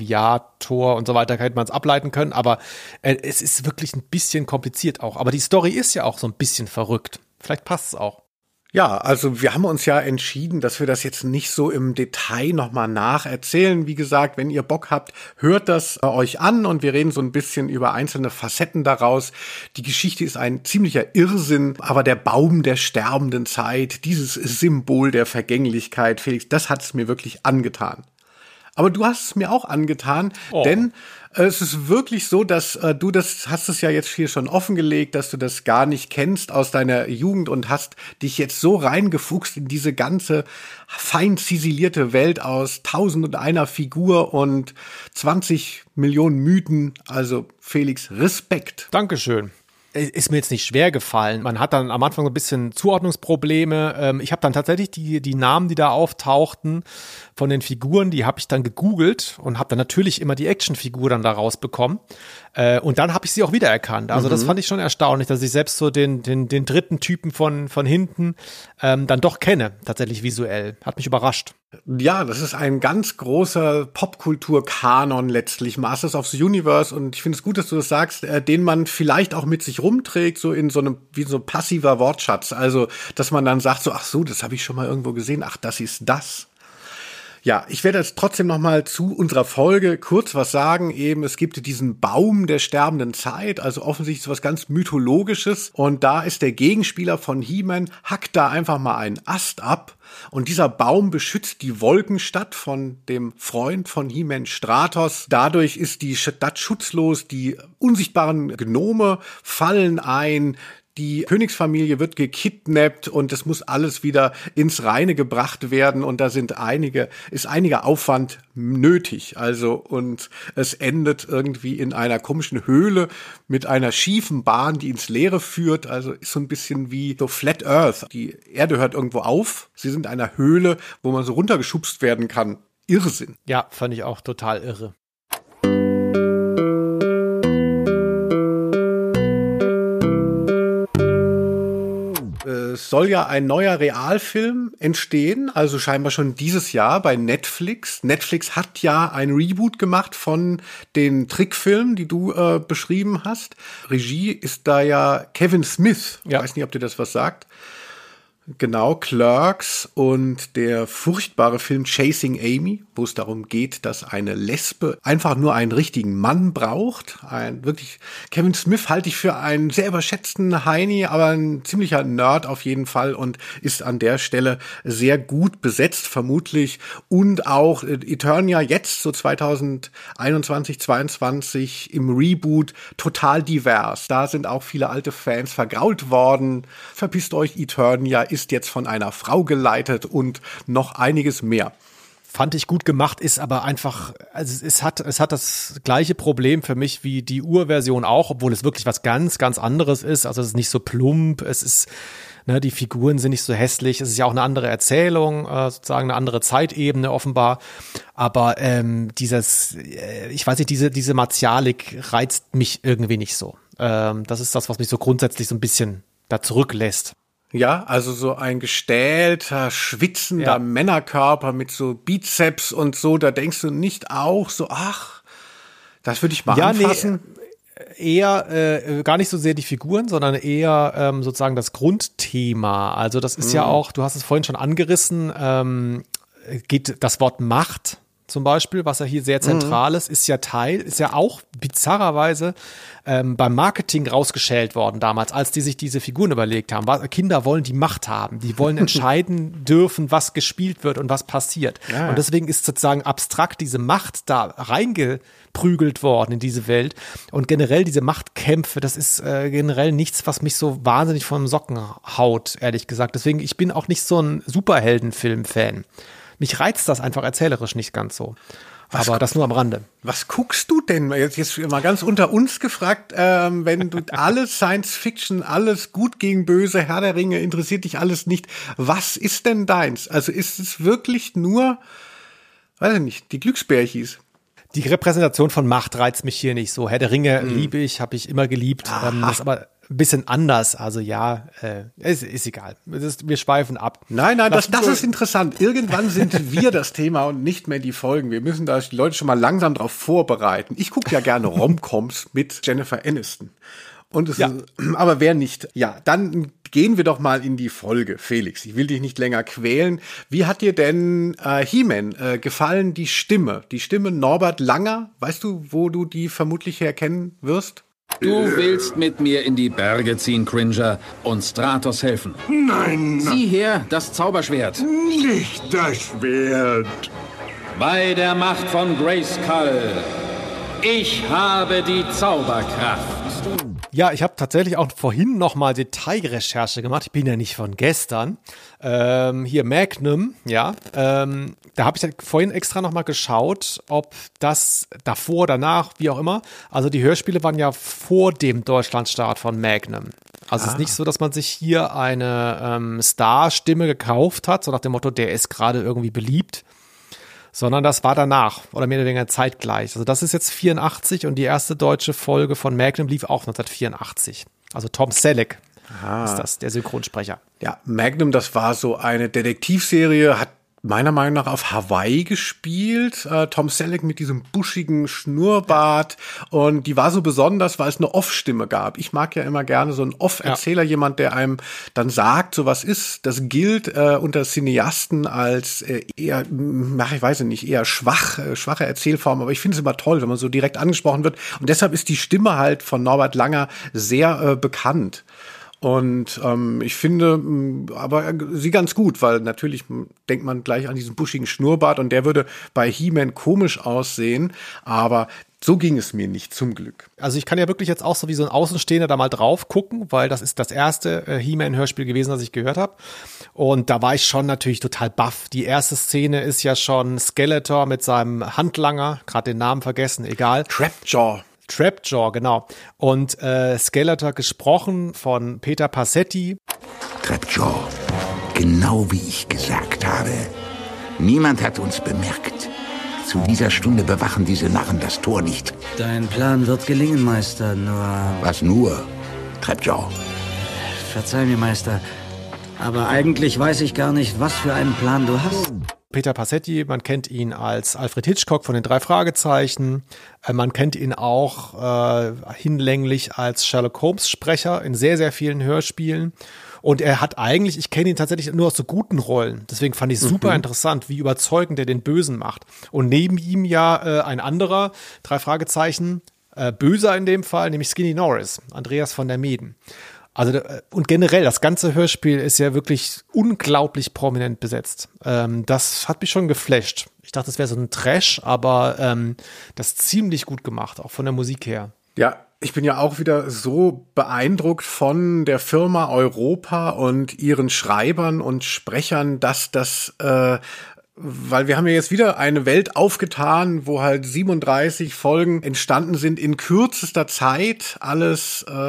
Aviator und so weiter hätte man es ableiten können, aber äh, es ist wirklich ein bisschen kompliziert auch. Aber die Story ist ja auch so ein bisschen verrückt. Vielleicht passt es auch. Ja, also wir haben uns ja entschieden, dass wir das jetzt nicht so im Detail nochmal nacherzählen. Wie gesagt, wenn ihr Bock habt, hört das äh, euch an und wir reden so ein bisschen über einzelne Facetten daraus. Die Geschichte ist ein ziemlicher Irrsinn, aber der Baum der sterbenden Zeit, dieses Symbol der Vergänglichkeit, Felix, das hat es mir wirklich angetan. Aber du hast es mir auch angetan, oh. denn äh, es ist wirklich so, dass äh, du das, hast es ja jetzt hier schon offengelegt, dass du das gar nicht kennst aus deiner Jugend und hast dich jetzt so reingefuchst in diese ganze fein ziselierte Welt aus tausend und einer Figur und zwanzig Millionen Mythen. Also Felix, Respekt. Dankeschön. Ist mir jetzt nicht schwer gefallen. Man hat dann am Anfang so ein bisschen Zuordnungsprobleme. Ich habe dann tatsächlich die die Namen, die da auftauchten von den Figuren, die habe ich dann gegoogelt und habe dann natürlich immer die Actionfigur dann da rausbekommen. Und dann habe ich sie auch wiedererkannt. Also mhm. das fand ich schon erstaunlich, dass ich selbst so den den den dritten Typen von von hinten ähm, dann doch kenne, tatsächlich visuell. Hat mich überrascht. Ja, das ist ein ganz großer Popkultur-Kanon letztlich, Masters of the Universe, und ich finde es gut, dass du das sagst, äh, den man vielleicht auch mit sich rumträgt, so in so einem, wie so ein passiver Wortschatz, also, dass man dann sagt so, ach so, das habe ich schon mal irgendwo gesehen, ach, das ist das. Ja, ich werde jetzt trotzdem noch mal zu unserer Folge kurz was sagen. Eben, es gibt diesen Baum der sterbenden Zeit, also offensichtlich was ganz Mythologisches. Und da ist der Gegenspieler von He-Man, hackt da einfach mal einen Ast ab. Und dieser Baum beschützt die Wolkenstadt von dem Freund von He-Man, Stratos. Dadurch ist die Stadt schutzlos, die unsichtbaren Gnome fallen ein, die Königsfamilie wird gekidnappt und es muss alles wieder ins Reine gebracht werden und da sind einige, ist einiger Aufwand nötig. Also, und es endet irgendwie in einer komischen Höhle mit einer schiefen Bahn, die ins Leere führt. Also ist so ein bisschen wie so Flat Earth. Die Erde hört irgendwo auf. Sie sind in einer Höhle, wo man so runtergeschubst werden kann. Irrsinn. Ja, fand ich auch total irre. Es soll ja ein neuer Realfilm entstehen, also scheinbar schon dieses Jahr bei Netflix. Netflix hat ja ein Reboot gemacht von den Trickfilmen, die du äh, beschrieben hast. Regie ist da ja Kevin Smith. Ich ja. weiß nicht, ob dir das was sagt. Genau, Clerks und der furchtbare Film Chasing Amy, wo es darum geht, dass eine Lesbe einfach nur einen richtigen Mann braucht. Ein wirklich, Kevin Smith halte ich für einen sehr überschätzten Heini, aber ein ziemlicher Nerd auf jeden Fall und ist an der Stelle sehr gut besetzt, vermutlich. Und auch Eternia jetzt, so zwanzig einundzwanzig, zweiundzwanzig im Reboot, total divers. Da sind auch viele alte Fans vergrault worden. Verpisst euch, Eternia ist jetzt von einer Frau geleitet und noch einiges mehr. Fand ich gut gemacht, ist aber einfach, also es hat, es hat das gleiche Problem für mich wie die Urversion auch, obwohl es wirklich was ganz, ganz anderes ist. Also es ist nicht so plump, es ist, ne, die Figuren sind nicht so hässlich, es ist ja auch eine andere Erzählung, äh, sozusagen eine andere Zeitebene offenbar. Aber ähm, dieses, äh, ich weiß nicht, diese, diese Martialik reizt mich irgendwie nicht so. Ähm, das ist das, was mich so grundsätzlich so ein bisschen da zurücklässt. Ja, also so ein gestählter, schwitzender ja. Männerkörper mit so Bizeps und so, da denkst du nicht auch so, ach, das würde ich mal ja, anfassen. Nee, eher äh, gar nicht so sehr die Figuren, sondern eher ähm, sozusagen das Grundthema. Also das ist mhm. ja auch, du hast es vorhin schon angerissen, ähm, geht das Wort Macht zum Beispiel, was ja hier sehr zentral ist, ist ja Teil, ist ja auch bizarrerweise ähm, beim Marketing rausgeschält worden damals, als die sich diese Figuren überlegt haben. War, Kinder wollen die Macht haben, die wollen entscheiden dürfen, was gespielt wird und was passiert. Ja. Und deswegen ist sozusagen abstrakt diese Macht da reingeprügelt worden in diese Welt. Und generell diese Machtkämpfe, das ist äh, generell nichts, was mich so wahnsinnig vom Socken haut, ehrlich gesagt. Deswegen, ich bin auch nicht so ein Superheldenfilm-Fan. Mich reizt das einfach erzählerisch nicht ganz so. Was Aber das nur am Rande. Was guckst du denn? Jetzt, jetzt mal ganz unter uns gefragt, ähm, wenn du alles Science-Fiction, alles Gut gegen Böse, Herr der Ringe, interessiert dich alles nicht. Was ist denn deins? Also ist es wirklich nur, weiß ich nicht, die Glücksbärchis? Die Repräsentation von Macht reizt mich hier nicht so. Herr der Ringe mhm. liebe ich, habe ich immer geliebt. Ähm, das ist aber ein bisschen anders. Also ja, äh, ist, ist egal. Ist, wir schweifen ab. Nein, nein, das, das ist interessant. Irgendwann sind wir das Thema und nicht mehr die Folgen. Wir müssen da die Leute schon mal langsam drauf vorbereiten. Ich gucke ja gerne Rom-Coms mit Jennifer Aniston. Und es ja. ist, aber wer nicht? Ja, dann gehen wir doch mal in die Folge, Felix. Ich will dich nicht länger quälen. Wie hat dir denn äh, He-Man äh, gefallen, die Stimme? Die Stimme Norbert Langer? Weißt du, wo du die vermutlich herkennen wirst? Du willst mit mir in die Berge ziehen, Cringer, und Stratos helfen. Nein. Sieh her, das Zauberschwert. Nicht das Schwert. Bei der Macht von Grayskull. Ich habe die Zauberkraft. Ja, ich habe tatsächlich auch vorhin noch mal Detailrecherche gemacht. Ich bin ja nicht von gestern. Ähm, hier Magnum, ja. Ähm, da habe ich halt vorhin extra noch mal geschaut, ob das davor, danach, wie auch immer. Also die Hörspiele waren ja vor dem Deutschlandstart von Magnum. Also ah. es ist nicht so, dass man sich hier eine ähm, Star-Stimme gekauft hat, so nach dem Motto, der ist gerade irgendwie beliebt. Sondern das war danach oder mehr oder weniger zeitgleich. Also das ist jetzt vierundachtzig und die erste deutsche Folge von Magnum lief auch neunzehnhundertvierundachtzig. Also Tom Selleck ah. ist das, der Synchronsprecher. Ja, Magnum, das war so eine Detektivserie, hat meiner Meinung nach auf Hawaii gespielt. Äh, Tom Selleck mit diesem buschigen Schnurrbart. Und die war so besonders, weil es eine Off-Stimme gab. Ich mag ja immer gerne so einen Off-Erzähler, ja. jemand, der einem dann sagt, so was ist. Das gilt äh, unter Cineasten als äh, eher, ach, ich weiß nicht, eher schwach, äh, schwache Erzählform. Aber ich finde es immer toll, wenn man so direkt angesprochen wird. Und deshalb ist die Stimme halt von Norbert Langer sehr äh, bekannt. Und ähm, ich finde mh, aber sie ganz gut, weil natürlich mh, denkt man gleich an diesen buschigen Schnurrbart und der würde bei He-Man komisch aussehen, aber so ging es mir nicht, zum Glück. Also ich kann ja wirklich jetzt auch so wie so ein Außenstehender da mal drauf gucken, weil das ist das erste äh, He-Man-Hörspiel gewesen, das ich gehört habe. Und da war ich schon natürlich total baff. Die erste Szene ist ja schon Skeletor mit seinem Handlanger, gerade den Namen vergessen, egal. Trapjaw. Trapjaw, genau. Und äh, Skeletor gesprochen von Peter Passetti. Trapjaw, genau wie ich gesagt habe. Niemand hat uns bemerkt. Zu dieser Stunde bewachen diese Narren das Tor nicht. Dein Plan wird gelingen, Meister, nur... Was nur? Trapjaw. Verzeih mir, Meister, aber eigentlich weiß ich gar nicht, was für einen Plan du hast. Peter Passetti, man kennt ihn als Alfred Hitchcock von den drei Fragezeichen. Man kennt ihn auch äh, hinlänglich als Sherlock Holmes Sprecher in sehr, sehr vielen Hörspielen. Und er hat eigentlich, ich kenne ihn tatsächlich nur aus so guten Rollen. Deswegen fand ich es super mhm. interessant, wie überzeugend er den Bösen macht. Und neben ihm ja äh, ein anderer, drei Fragezeichen, äh, Böser in dem Fall, nämlich Skinny Norris, Andreas von der Meeden. Also und generell, das ganze Hörspiel ist ja wirklich unglaublich prominent besetzt. Ähm, das hat mich schon geflasht. Ich dachte, das wäre so ein Trash, aber ähm, das ist ziemlich gut gemacht, auch von der Musik her. Ja, ich bin ja auch wieder so beeindruckt von der Firma Europa und ihren Schreibern und Sprechern, dass das äh, weil wir haben ja jetzt wieder eine Welt aufgetan, wo halt siebenunddreißig Folgen entstanden sind, in kürzester Zeit alles äh,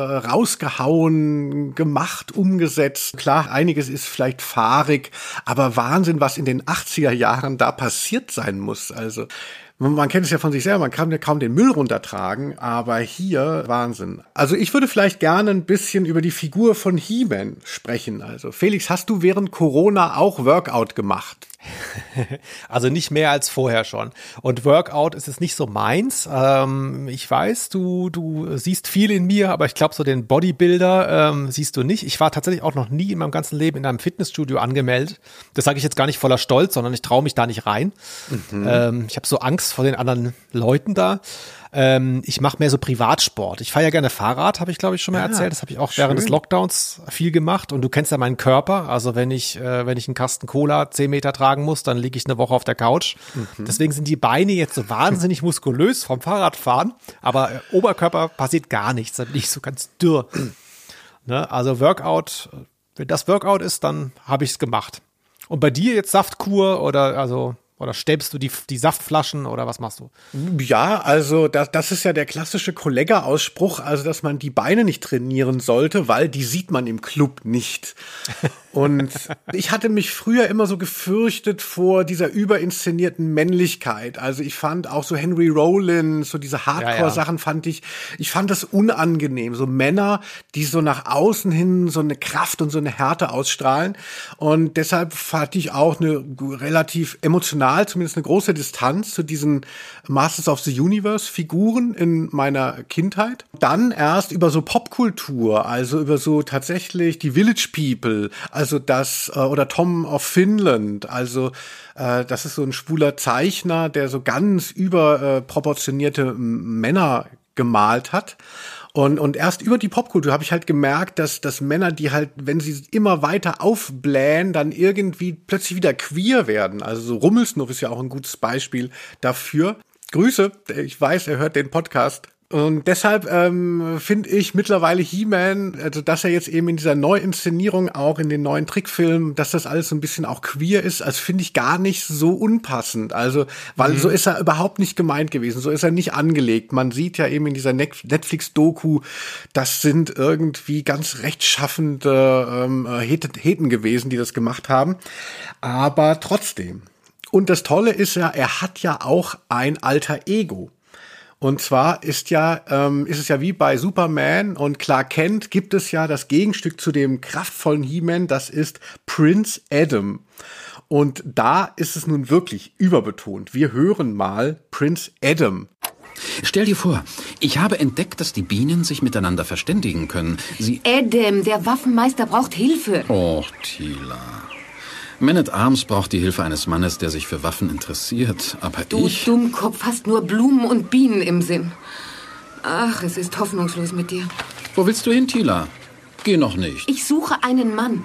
rausgehauen, gemacht, umgesetzt. Klar, einiges ist vielleicht fahrig, aber Wahnsinn, was in den achtziger Jahren da passiert sein muss. Also man kennt es ja von sich selber, man kann ja kaum den Müll runtertragen, aber hier Wahnsinn. Also ich würde vielleicht gerne ein bisschen über die Figur von He-Man sprechen. Also Felix, hast du während Corona auch Workout gemacht? Also nicht mehr als vorher schon. Und Workout ist es nicht so meins. Ähm, ich weiß, du, du siehst viel in mir, aber ich glaube, so den Bodybuilder ähm, siehst du nicht. Ich war tatsächlich auch noch nie in meinem ganzen Leben in einem Fitnessstudio angemeldet. Das sage ich jetzt gar nicht voller Stolz, sondern ich traue mich da nicht rein. Mhm. Ähm, ich habe so Angst vor den anderen Leuten da. Ähm, ich mache mehr so Privatsport. Ich fahre ja gerne Fahrrad, habe ich glaube ich schon mal ja, erzählt. Das habe ich auch schön. Während des Lockdowns viel gemacht. Und du kennst ja meinen Körper. Also wenn ich, äh, wenn ich einen Kasten Cola zehn Meter tragen muss, dann liege ich eine Woche auf der Couch. Mhm. Deswegen sind die Beine jetzt so wahnsinnig muskulös vom Fahrradfahren. Aber äh, Oberkörper passiert gar nichts. Da bin ich so ganz dürr. Ne? Also Workout, wenn das Workout ist, dann habe ich es gemacht. Und bei dir jetzt Saftkur oder also Oder stäbst du die, die Saftflaschen oder was machst du? Ja, also das, das ist ja der klassische Kollega-Ausspruch, also dass man die Beine nicht trainieren sollte, weil die sieht man im Club nicht. Und ich hatte mich früher immer so gefürchtet vor dieser überinszenierten Männlichkeit. Also ich fand auch so Henry Rollins, so diese Hardcore-Sachen ja, ja. fand ich, ich fand das unangenehm. So Männer, die so nach außen hin so eine Kraft und so eine Härte ausstrahlen. Und deshalb hatte ich auch eine relativ emotional, zumindest eine große Distanz zu diesen Masters of the Universe-Figuren in meiner Kindheit. Dann erst über so Popkultur, also über so tatsächlich die Village People, also das, oder Tom of Finland, also äh, das ist so ein schwuler Zeichner, der so ganz überproportionierte Männer gemalt hat. Und, und erst über die Popkultur habe ich halt gemerkt, dass, dass Männer, die halt, wenn sie immer weiter aufblähen, dann irgendwie plötzlich wieder queer werden. Also so Rummelsnuff ist ja auch ein gutes Beispiel dafür. Grüße, ich weiß, er hört den Podcast. Und deshalb ähm, finde ich mittlerweile He-Man, also dass er jetzt eben in dieser Neuinszenierung auch in den neuen Trickfilmen, dass das alles so ein bisschen auch queer ist, also finde ich gar nicht so unpassend. Also, weil mhm. so ist er überhaupt nicht gemeint gewesen, so ist er nicht angelegt. Man sieht ja eben in dieser Netflix-Doku, das sind irgendwie ganz rechtschaffende ähm, Heten gewesen, die das gemacht haben. Aber trotzdem. Und das Tolle ist ja, er hat ja auch ein alter Ego. Und zwar ist ja, ähm, ist es ja wie bei Superman und Clark Kent gibt es ja das Gegenstück zu dem kraftvollen He-Man, das ist Prince Adam. Und da ist es nun wirklich überbetont. Wir hören mal Prince Adam. Stell dir vor, ich habe entdeckt, dass die Bienen sich miteinander verständigen können. Sie... Adam, der Waffenmeister braucht Hilfe. Och, Teela. Man at Arms braucht die Hilfe eines Mannes, der sich für Waffen interessiert. Aber du ich... Du Dummkopf, hast nur Blumen und Bienen im Sinn. Ach, es ist hoffnungslos mit dir. Wo willst du hin, Teela? Geh noch nicht. Ich suche einen Mann.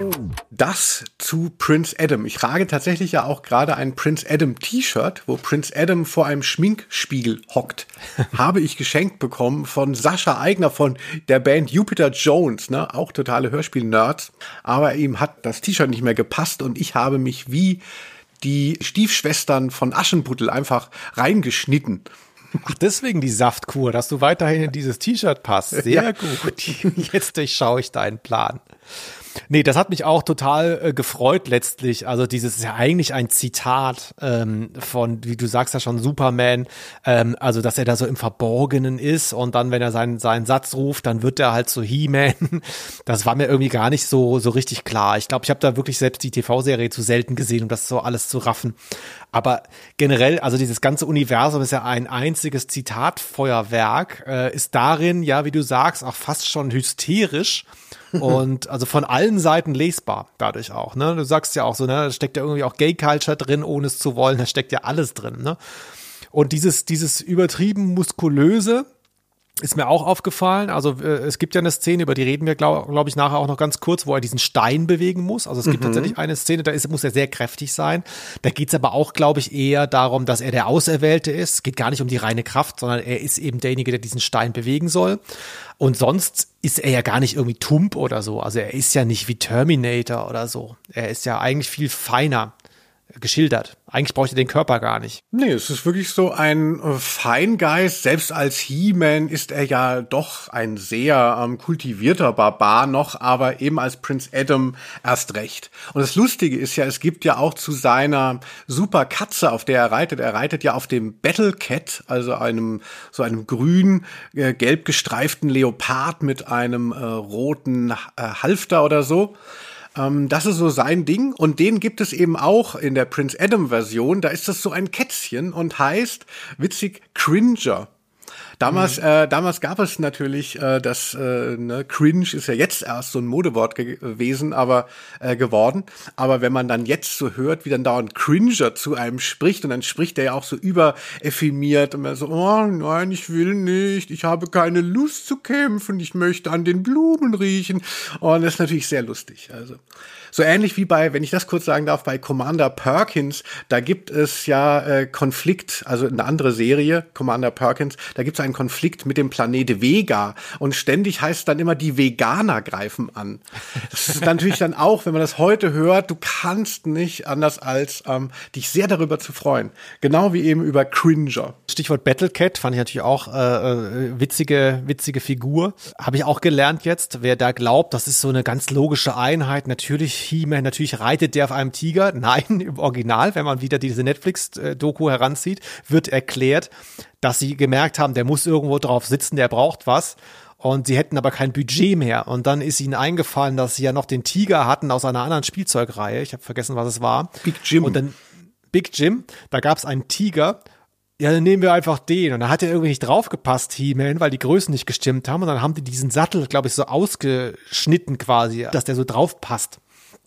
Das zu Prince Adam. Ich trage tatsächlich ja auch gerade ein Prince Adam T-Shirt, wo Prince Adam vor einem Schminkspiegel hockt. Habe ich geschenkt bekommen von Sascha Aigner von der Band Jupiter Jones, ne, auch totale Hörspiel-Nerds. Aber ihm hat das T-Shirt nicht mehr gepasst und ich habe mich wie die Stiefschwestern von Aschenputtel einfach reingeschnitten. Ach, deswegen die Saftkur, dass du weiterhin in dieses T-Shirt passt. Sehr ja. gut. Jetzt durchschaue ich deinen Plan. Nee, das hat mich auch total äh, gefreut letztlich. Also dieses ist ja eigentlich ein Zitat ähm, von, wie du sagst ja schon, Superman. Ähm, also, dass er da so im Verborgenen ist und dann, wenn er seinen seinen Satz ruft, dann wird er halt so He-Man. Das war mir irgendwie gar nicht so so richtig klar. Ich glaube, ich habe da wirklich selbst die T V-Serie zu selten gesehen, um das so alles zu raffen. Aber generell, also dieses ganze Universum ist ja ein einziges Zitatfeuerwerk, äh, ist darin, ja, wie du sagst, auch fast schon hysterisch. Und also von allen Seiten lesbar dadurch auch, ne? Du sagst ja auch so, ne, da steckt ja irgendwie auch Gay Culture drin, ohne es zu wollen, da steckt ja alles drin, ne? Und dieses dieses übertrieben muskulöse ist mir auch aufgefallen. Also äh, es gibt ja eine Szene, über die reden wir, glaube glaub ich, nachher auch noch ganz kurz, wo er diesen Stein bewegen muss. Also es gibt mhm. tatsächlich eine Szene, da ist, muss er sehr kräftig sein. Da geht's aber auch, glaube ich, eher darum, dass er der Auserwählte ist. Es geht gar nicht um die reine Kraft, sondern er ist eben derjenige, der diesen Stein bewegen soll. Und sonst ist er ja gar nicht irgendwie tump oder so. Also er ist ja nicht wie Terminator oder so. Er ist ja eigentlich viel feiner geschildert. Eigentlich braucht er den Körper gar nicht. Nee, es ist wirklich so ein äh, Feingeist. Selbst als He-Man ist er ja doch ein sehr ähm, kultivierter Barbar noch, aber eben als Prince Adam erst recht. Und das Lustige ist ja, es gibt ja auch zu seiner super Katze, auf der er reitet, er reitet ja auf dem Battle Cat, also einem so einem grün, äh, gelb gestreiften Leopard mit einem äh, roten äh, Halfter oder so. Ähm, das ist so sein Ding und den gibt es eben auch in der Prince Adam-Version. Da ist das so ein Kätzchen und heißt witzig Cringer. Damals, mhm. äh, damals gab es natürlich äh, das, äh, ne, Cringe ist ja jetzt erst so ein Modewort gewesen, aber äh, geworden. Aber wenn man dann jetzt so hört, wie dann dauernd Cringer zu einem spricht und dann spricht er ja auch so übereffimiert und man so, oh nein, ich will nicht, ich habe keine Lust zu kämpfen, ich möchte an den Blumen riechen. Und das ist natürlich sehr lustig. Also so ähnlich wie bei, wenn ich das kurz sagen darf, bei Commander Perkins, da gibt es ja äh, Konflikt, also eine andere Serie, Commander Perkins, da gibt es einen Konflikt mit dem Planet Vega und ständig heißt es dann immer, die Veganer greifen an. Das ist natürlich dann auch, wenn man das heute hört, du kannst nicht anders als ähm, dich sehr darüber zu freuen. Genau wie eben über Cringer. Stichwort Battlecat fand ich natürlich auch äh, witzige, witzige Figur. Habe ich auch gelernt jetzt, wer da glaubt, das ist so eine ganz logische Einheit, natürlich He-Man, natürlich reitet der auf einem Tiger. Nein, im Original, wenn man wieder diese Netflix-Doku heranzieht, wird erklärt, dass sie gemerkt haben, der muss irgendwo drauf sitzen, der braucht was. Und sie hätten aber kein Budget mehr. Und dann ist ihnen eingefallen, dass sie ja noch den Tiger hatten aus einer anderen Spielzeugreihe. Ich habe vergessen, was es war. Big Jim. Und dann Big Jim, da gab es einen Tiger. Ja, dann nehmen wir einfach den. Und da hat er irgendwie nicht draufgepasst, He-Man, weil die Größen nicht gestimmt haben. Und dann haben die diesen Sattel, glaube ich, so ausgeschnitten quasi, dass der so drauf passt.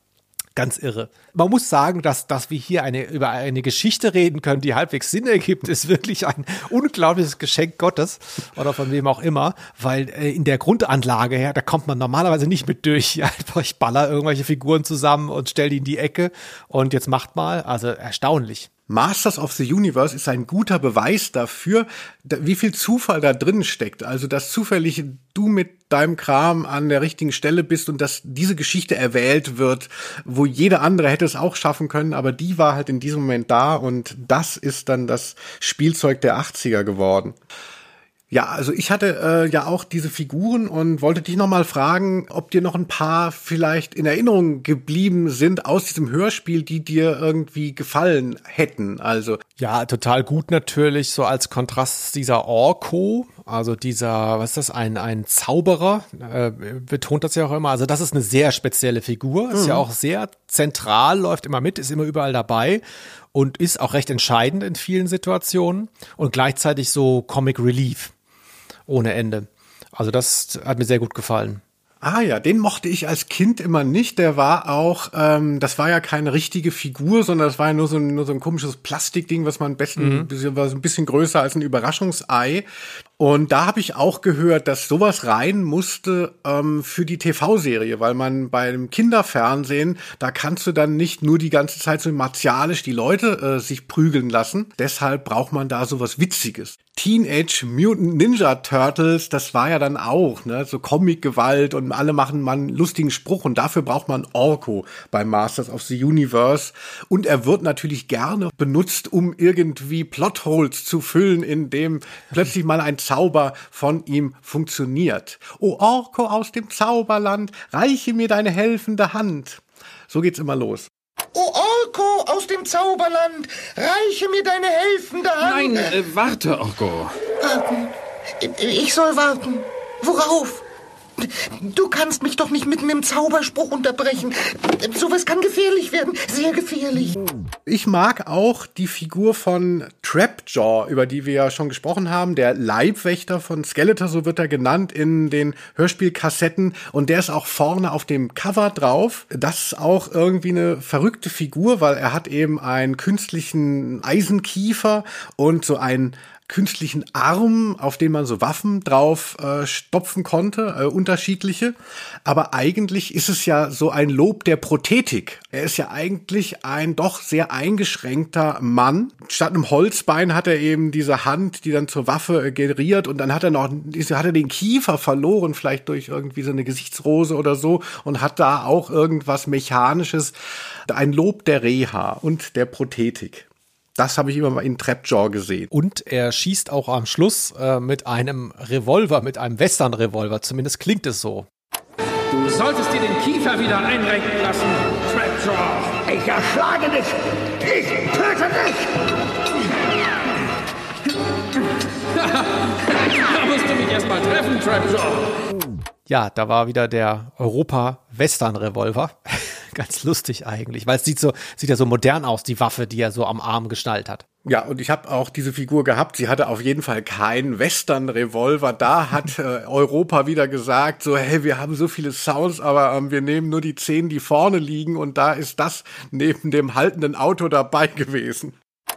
Ganz irre. Man muss sagen, dass, dass wir hier eine, über eine Geschichte reden können, die halbwegs Sinn ergibt, ist wirklich ein unglaubliches Geschenk Gottes oder von wem auch immer, weil äh, in der Grundanlage her, da kommt man normalerweise nicht mit durch. Einfach, ich baller irgendwelche Figuren zusammen und stell die in die Ecke und jetzt macht mal. Also erstaunlich. Masters of the Universe ist ein guter Beweis dafür, wie viel Zufall da drin steckt. Also, dass zufällig du mit deinem Kram an der richtigen Stelle bist und dass diese Geschichte erwählt wird, wo jeder andere hätte es auch schaffen können, aber die war halt in diesem Moment da und das ist dann das Spielzeug der achtziger geworden. Ja, also ich hatte äh, ja auch diese Figuren und wollte dich noch mal fragen, ob dir noch ein paar vielleicht in Erinnerung geblieben sind aus diesem Hörspiel, die dir irgendwie gefallen hätten. Also ja, total gut natürlich, so als Kontrast dieser Orko, also dieser, was ist das, ein ein Zauberer, äh, betont das ja auch immer. Also das ist eine sehr spezielle Figur, ist mhm. ja auch sehr zentral, läuft immer mit, ist immer überall dabei. Und ist auch recht entscheidend in vielen Situationen und gleichzeitig so Comic Relief ohne Ende. Also das hat mir sehr gut gefallen. Ah ja, den mochte ich als Kind immer nicht. Der war auch, ähm, das war ja keine richtige Figur, sondern das war ja nur so ein, nur so ein komisches Plastikding, was man am besten, mhm. war so ein bisschen größer als ein Überraschungsei. Und da habe ich auch gehört, dass sowas rein musste ähm, für die T V-Serie, weil man beim Kinderfernsehen, da kannst du dann nicht nur die ganze Zeit so martialisch die Leute äh, sich prügeln lassen. Deshalb braucht man da sowas Witziges. Teenage Mutant Ninja Turtles, das war ja dann auch, ne, so Comic-Gewalt und alle machen mal einen lustigen Spruch und dafür braucht man Orko bei Masters of the Universe. Und er wird natürlich gerne benutzt, um irgendwie Plotholes zu füllen, indem plötzlich mal ein Zauber von ihm funktioniert. O Orko aus dem Zauberland, reiche mir deine helfende Hand. So geht's immer los. O Orko aus dem Zauberland, reiche mir deine helfende Hand. Nein, äh, warte, Orko. Warten. Ich soll warten. Worauf? Du kannst mich doch nicht mitten im Zauberspruch unterbrechen. Sowas kann gefährlich werden, sehr gefährlich. Ich mag auch die Figur von Trapjaw, über die wir ja schon gesprochen haben, der Leibwächter von Skeletor, so wird er genannt in den Hörspielkassetten. Und der ist auch vorne auf dem Cover drauf. Das ist auch irgendwie eine verrückte Figur, weil er hat eben einen künstlichen Eisenkiefer und so einen künstlichen Arm, auf den man so Waffen drauf äh, stopfen konnte, äh, unterschiedliche. Aber eigentlich ist es ja so ein Lob der Prothetik. Er ist ja eigentlich ein doch sehr eingeschränkter Mann. Statt einem Holzbein hat er eben diese Hand, die dann zur Waffe äh, geriert und dann hat er noch, hat er den Kiefer verloren, vielleicht durch irgendwie so eine Gesichtsrose oder so und hat da auch irgendwas Mechanisches. Ein Lob der Reha und der Prothetik. Das habe ich immer mal in Trapjaw gesehen. Und er schießt auch am Schluss äh, mit einem Revolver, mit einem Western-Revolver. Zumindest klingt es so. Du solltest dir den Kiefer wieder einrenken lassen, Trapjaw. Ich erschlage dich. Ich töte dich. Da musst du mich erst mal treffen, Trapjaw. Ja, da war wieder der Europa-Western-Revolver. ganz lustig eigentlich, weil es sieht so, sieht ja so modern aus, die Waffe, die er so am Arm geschnallt hat. Ja, und ich habe auch diese Figur gehabt. Sie hatte auf jeden Fall keinen Western-Revolver. Da hat äh, Europa wieder gesagt, so, hey, wir haben so viele Sounds, aber ähm, wir nehmen nur die zehn, die vorne liegen. Und da ist das neben dem haltenden Auto dabei gewesen.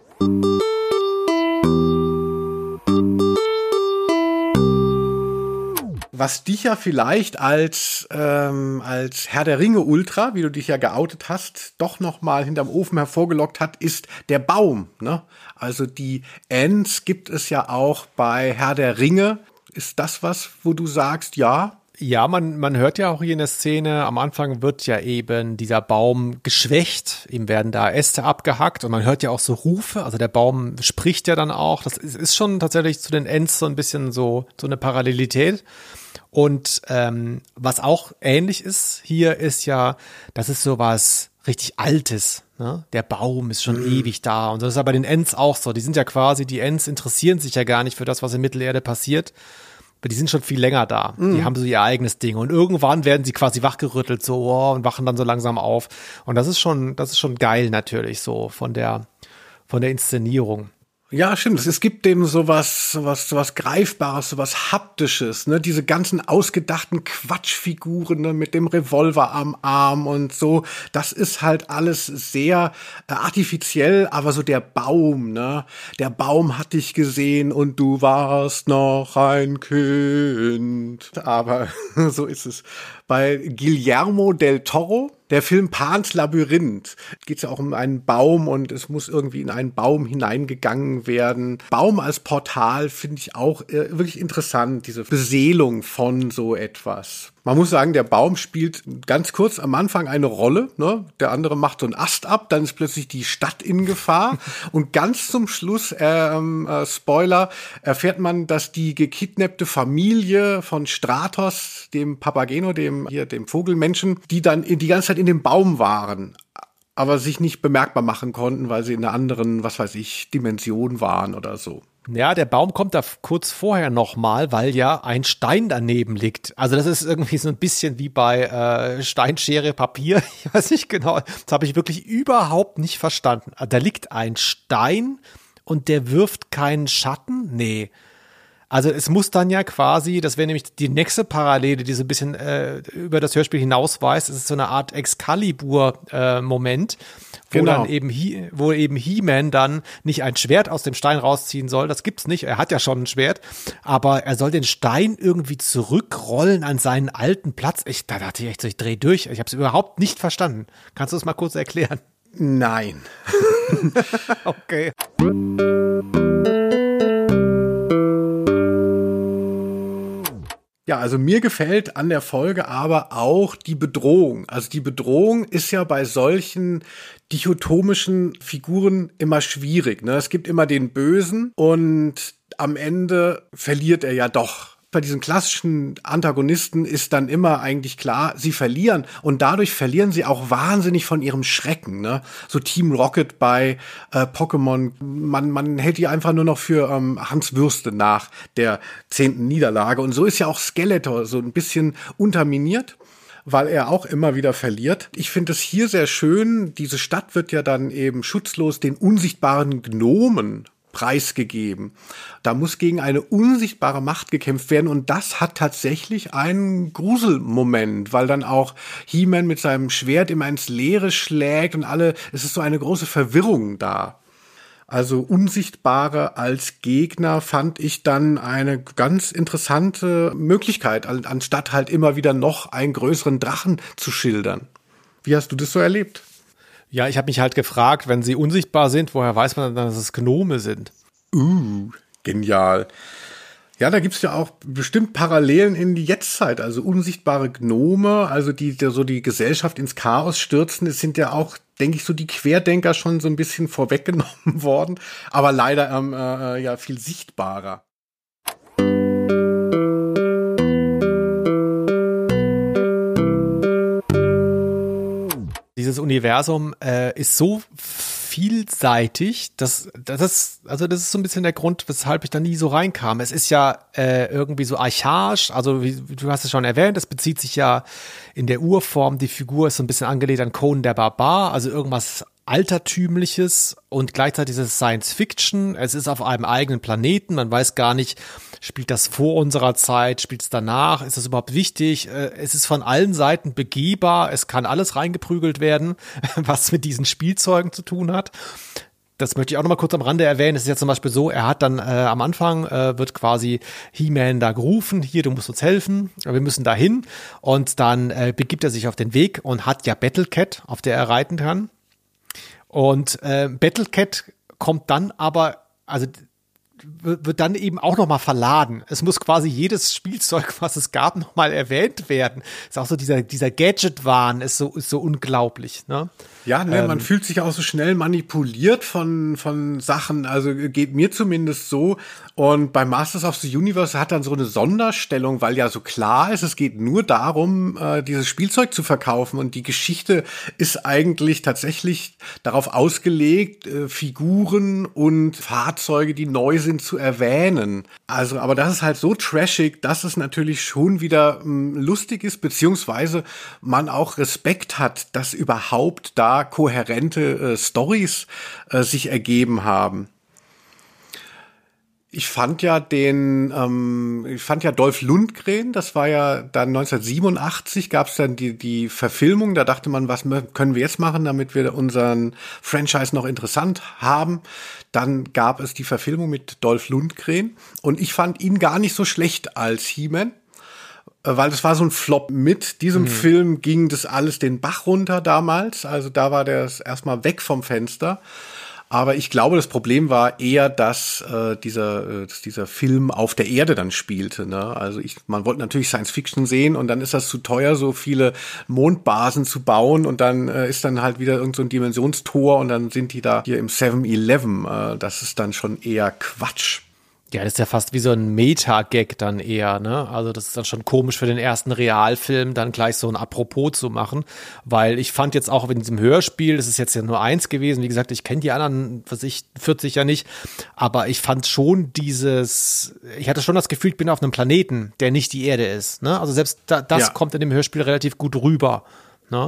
Was dich ja vielleicht als ähm, als Herr der Ringe Ultra, wie du dich ja geoutet hast, doch noch mal hinterm Ofen hervorgelockt hat, ist der Baum. Ne? Also die Ents gibt es ja auch bei Herr der Ringe. Ist das was, wo du sagst, ja? Ja, man, man hört ja auch hier in der Szene, am Anfang wird ja eben dieser Baum geschwächt, ihm werden da Äste abgehackt und man hört ja auch so Rufe, also der Baum spricht ja dann auch. Das ist, ist schon tatsächlich zu den Ents so ein bisschen so, so eine Parallelität. Und ähm, was auch ähnlich ist hier, ist ja, das ist so was richtig Altes. Ne? Der Baum ist schon mhm. ewig da. Und das ist ja bei den Ents auch so. Die sind ja quasi, die Ents interessieren sich ja gar nicht für das, was in Mittelerde passiert. Aber die sind schon viel länger da. Mhm. Die haben so ihr eigenes Ding. Und irgendwann werden sie quasi wachgerüttelt so oh, und wachen dann so langsam auf. Und das ist schon, das ist schon geil natürlich so von der, von der Inszenierung. Ja, stimmt. Es gibt dem sowas, sowas, sowas Greifbares, sowas Haptisches, ne? Diese ganzen ausgedachten Quatschfiguren, ne? Mit dem Revolver am Arm und so. Das ist halt alles sehr äh, artifiziell, aber so der Baum, ne? Der Baum hat dich gesehen und du warst noch ein Kind. Aber so ist es. Bei Guillermo del Toro, der Film Pans Labyrinth, geht es ja auch um einen Baum und es muss irgendwie in einen Baum hineingegangen werden. Baum als Portal finde ich auch äh, wirklich interessant, diese Beseelung von so etwas. Man muss sagen, der Baum spielt ganz kurz am Anfang eine Rolle, ne? Der andere macht so einen Ast ab, dann ist plötzlich die Stadt in Gefahr und ganz zum Schluss, ähm, äh, Spoiler, erfährt man, dass die gekidnappte Familie von Stratos, dem Papageno, dem hier dem Vogelmenschen, die dann in, die ganze Zeit in dem Baum waren, aber sich nicht bemerkbar machen konnten, weil sie in einer anderen, was weiß ich, Dimension waren oder so. Ja, der Baum kommt da kurz vorher nochmal, weil ja ein Stein daneben liegt. Also das ist irgendwie so ein bisschen wie bei äh, Stein, Schere, Papier. Ich weiß nicht genau. Das habe ich wirklich überhaupt nicht verstanden. Da liegt ein Stein und der wirft keinen Schatten? Nee. Also es muss dann ja quasi, das wäre nämlich die nächste Parallele, die so ein bisschen äh, über das Hörspiel hinausweist, es ist so eine Art Excalibur-Moment, wo genau. dann eben He- wo eben He-Man dann nicht ein Schwert aus dem Stein rausziehen soll, das gibt's nicht, er hat ja schon ein Schwert, aber er soll den Stein irgendwie zurückrollen an seinen alten Platz. Ich, da dachte ich echt so, ich dreh durch, ich habe es überhaupt nicht verstanden. Kannst du es mal kurz erklären? Nein. Okay. Ja, also mir gefällt an der Folge aber auch die Bedrohung. Also die Bedrohung ist ja bei solchen dichotomischen Figuren immer schwierig, ne? Es gibt immer den Bösen und am Ende verliert er ja doch. Bei diesen klassischen Antagonisten ist dann immer eigentlich klar, sie verlieren und dadurch verlieren sie auch wahnsinnig von ihrem Schrecken, ne? So Team Rocket bei äh, Pokémon, man man hält die einfach nur noch für ähm, Hans Würste nach der zehnten Niederlage und so ist ja auch Skeletor so ein bisschen unterminiert, weil er auch immer wieder verliert. Ich finde es hier sehr schön, diese Stadt wird ja dann eben schutzlos den unsichtbaren Gnomen preisgegeben. Da muss gegen eine unsichtbare Macht gekämpft werden und das hat tatsächlich einen Gruselmoment, weil dann auch He-Man mit seinem Schwert immer ins Leere schlägt und alle, es ist so eine große Verwirrung da. Also Unsichtbare als Gegner fand ich dann eine ganz interessante Möglichkeit, anstatt halt immer wieder noch einen größeren Drachen zu schildern. Wie hast du das so erlebt? Ja, ich habe mich halt gefragt, wenn sie unsichtbar sind, woher weiß man dann, dass es Gnome sind? Uh, genial. Ja, da gibt's ja auch bestimmt Parallelen in die Jetztzeit. Also unsichtbare Gnome, also die, die so die Gesellschaft ins Chaos stürzen, es sind ja auch, denke ich, so die Querdenker schon so ein bisschen vorweggenommen worden, aber leider ähm, äh, ja viel sichtbarer. Dieses Universum äh, ist so vielseitig. Das, das ist, also das ist so ein bisschen der Grund, weshalb ich da nie so reinkam. Es ist ja äh, irgendwie so archaisch, also wie, du hast es schon erwähnt, es bezieht sich ja in der Urform, die Figur ist so ein bisschen angelehnt an Conan der Barbar, also irgendwas Altertümliches und gleichzeitig ist es Science Fiction. Es ist auf einem eigenen Planeten. Man weiß gar nicht, spielt das vor unserer Zeit, spielt es danach? Ist das überhaupt wichtig? Es ist von allen Seiten begehbar. Es kann alles reingeprügelt werden, was mit diesen Spielzeugen zu tun hat. Das möchte ich auch noch mal kurz am Rande erwähnen. Es ist ja zum Beispiel so, er hat dann äh, am Anfang äh, wird quasi He-Man da gerufen, hier, du musst uns helfen, wir müssen da hin. Und dann äh, begibt er sich auf den Weg und hat ja Battle Cat, auf der er reiten kann. Und äh, Battle Cat kommt dann aber, also wird dann eben auch noch mal verladen. Es muss quasi jedes Spielzeug, was es gab, noch mal erwähnt werden. Ist auch so dieser dieser Gadget-Wahn ist so ist so unglaublich, ne? Ja, ne, ähm, man fühlt sich auch so schnell manipuliert von von Sachen, also geht mir zumindest so. Und bei Masters of the Universe hat dann so eine Sonderstellung, weil ja so klar ist, es geht nur darum, äh, dieses Spielzeug zu verkaufen und die Geschichte ist eigentlich tatsächlich darauf ausgelegt, äh, Figuren und Fahrzeuge, die neu sind, zu erwähnen. Also, aber das ist halt so trashig, dass es natürlich schon wieder mh, lustig ist, beziehungsweise man auch Respekt hat, dass überhaupt da kohärente äh, Storys äh, sich ergeben haben. Ich fand ja den, ähm, ich fand ja Dolph Lundgren, das war ja dann neunzehnhundertsiebenundachtzig, gab es dann die die Verfilmung, da dachte man, was können wir jetzt machen, damit wir unseren Franchise noch interessant haben. Dann gab es die Verfilmung mit Dolph Lundgren und ich fand ihn gar nicht so schlecht als He-Man, weil das war so ein Flop. Mit diesem mhm. Film ging das alles den Bach runter damals, also da war der erstmal weg vom Fenster. Aber ich glaube, das Problem war eher, dass, äh, dieser, äh, dass dieser Film auf der Erde dann spielte. Ne? Also ich, man wollte natürlich Science Fiction sehen und dann ist das zu teuer, so viele Mondbasen zu bauen und dann äh, ist dann halt wieder irgend so ein Dimensionstor und dann sind die da hier im seven eleven. Äh, das ist dann schon eher Quatsch. Ja, das ist ja fast wie so ein Meta-Gag dann eher, ne? Also das ist dann schon komisch für den ersten Realfilm, dann gleich so ein Apropos zu machen, weil ich fand jetzt auch in diesem Hörspiel, das ist jetzt ja nur eins gewesen, wie gesagt, ich kenne die anderen, was ich, vierzig ja nicht, aber ich fand schon dieses, ich hatte schon das Gefühl, ich bin auf einem Planeten, der nicht die Erde ist, ne? Also selbst da, das ja. kommt in dem Hörspiel relativ gut rüber, ne?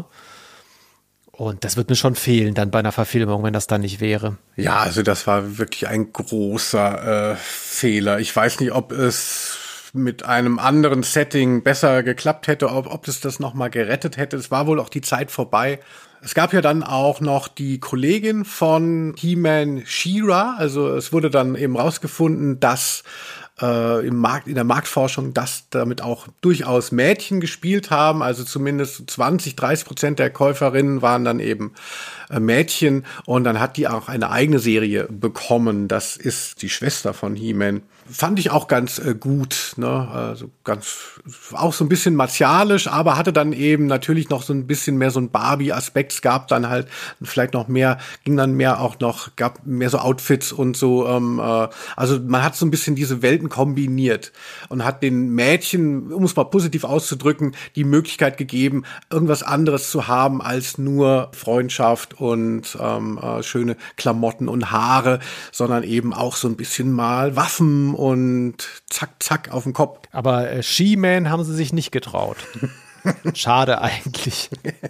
Und das wird mir schon fehlen dann bei einer Verfilmung, wenn das dann nicht wäre. Ja, also das war wirklich ein großer äh, Fehler. Ich weiß nicht, ob es mit einem anderen Setting besser geklappt hätte, ob, ob es das nochmal gerettet hätte. Es war wohl auch die Zeit vorbei. Es gab ja dann auch noch die Kollegin von He-Man, She-Ra. Also es wurde dann eben rausgefunden, dass äh, im Markt, in der Marktforschung, dass damit auch durchaus Mädchen gespielt haben. Also zumindest zwanzig, dreißig Prozent der Käuferinnen waren dann eben äh, Mädchen. Und dann hat die auch eine eigene Serie bekommen. Das ist die Schwester von He-Man. Fand ich auch ganz äh, gut, ne? Also ganz, auch so ein bisschen martialisch, aber hatte dann eben natürlich noch so ein bisschen mehr so ein Barbie-Aspekt. Es gab dann halt vielleicht noch mehr, ging dann mehr auch noch, gab mehr so Outfits und so. Ähm, äh, also man hat so ein bisschen diese Welten kombiniert und hat den Mädchen, um es mal positiv auszudrücken, die Möglichkeit gegeben, irgendwas anderes zu haben als nur Freundschaft und ähm, äh, schöne Klamotten und Haare, sondern eben auch so ein bisschen mal Waffen und zack, zack auf den Kopf. Aber äh, She-Man haben sie sich nicht getraut. Schade eigentlich.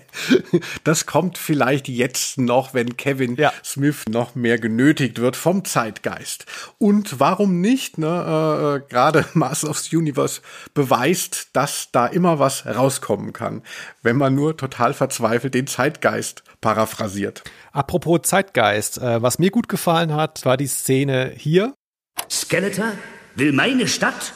Das kommt vielleicht jetzt noch, wenn Kevin ja. Smith noch mehr genötigt wird vom Zeitgeist. Und warum nicht? Ne? Äh, gerade Masters of the Universe beweist, dass da immer was rauskommen kann, wenn man nur total verzweifelt den Zeitgeist paraphrasiert. Apropos Zeitgeist, äh, was mir gut gefallen hat, war die Szene hier. Skeletor will meine Stadt?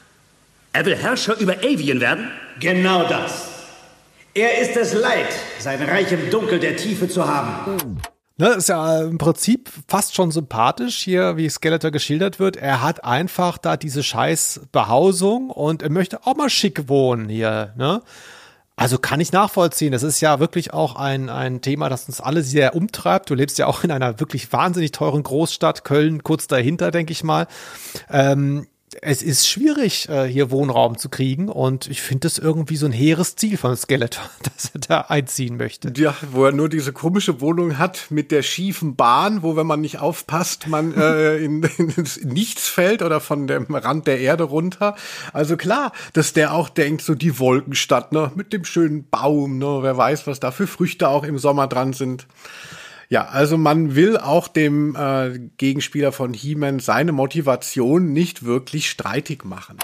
Er will Herrscher über Avian werden? Genau das. Er ist es leid, sein Reich im Dunkel der Tiefe zu haben. Ne, ist ja im Prinzip fast schon sympathisch hier, wie Skeletor geschildert wird. Er hat einfach da diese scheiß Behausung und er möchte auch mal schick wohnen hier, ne? Also kann ich nachvollziehen. Das ist ja wirklich auch ein, ein Thema, das uns alle sehr umtreibt. Du lebst ja auch in einer wirklich wahnsinnig teuren Großstadt, Köln kurz dahinter, denke ich mal. Ähm, es ist schwierig, hier Wohnraum zu kriegen und ich finde das irgendwie so ein hehres Ziel von Skeletor, dass er da einziehen möchte. Ja, wo er nur diese komische Wohnung hat mit der schiefen Bahn, wo, wenn man nicht aufpasst, man äh, in, in, in nichts fällt oder von dem Rand der Erde runter. Also klar, dass der auch denkt, so die Wolkenstadt, ne, mit dem schönen Baum, ne, wer weiß, was da für Früchte auch im Sommer dran sind. Ja, also man will auch dem äh, Gegenspieler von He-Man seine Motivation nicht wirklich streitig machen.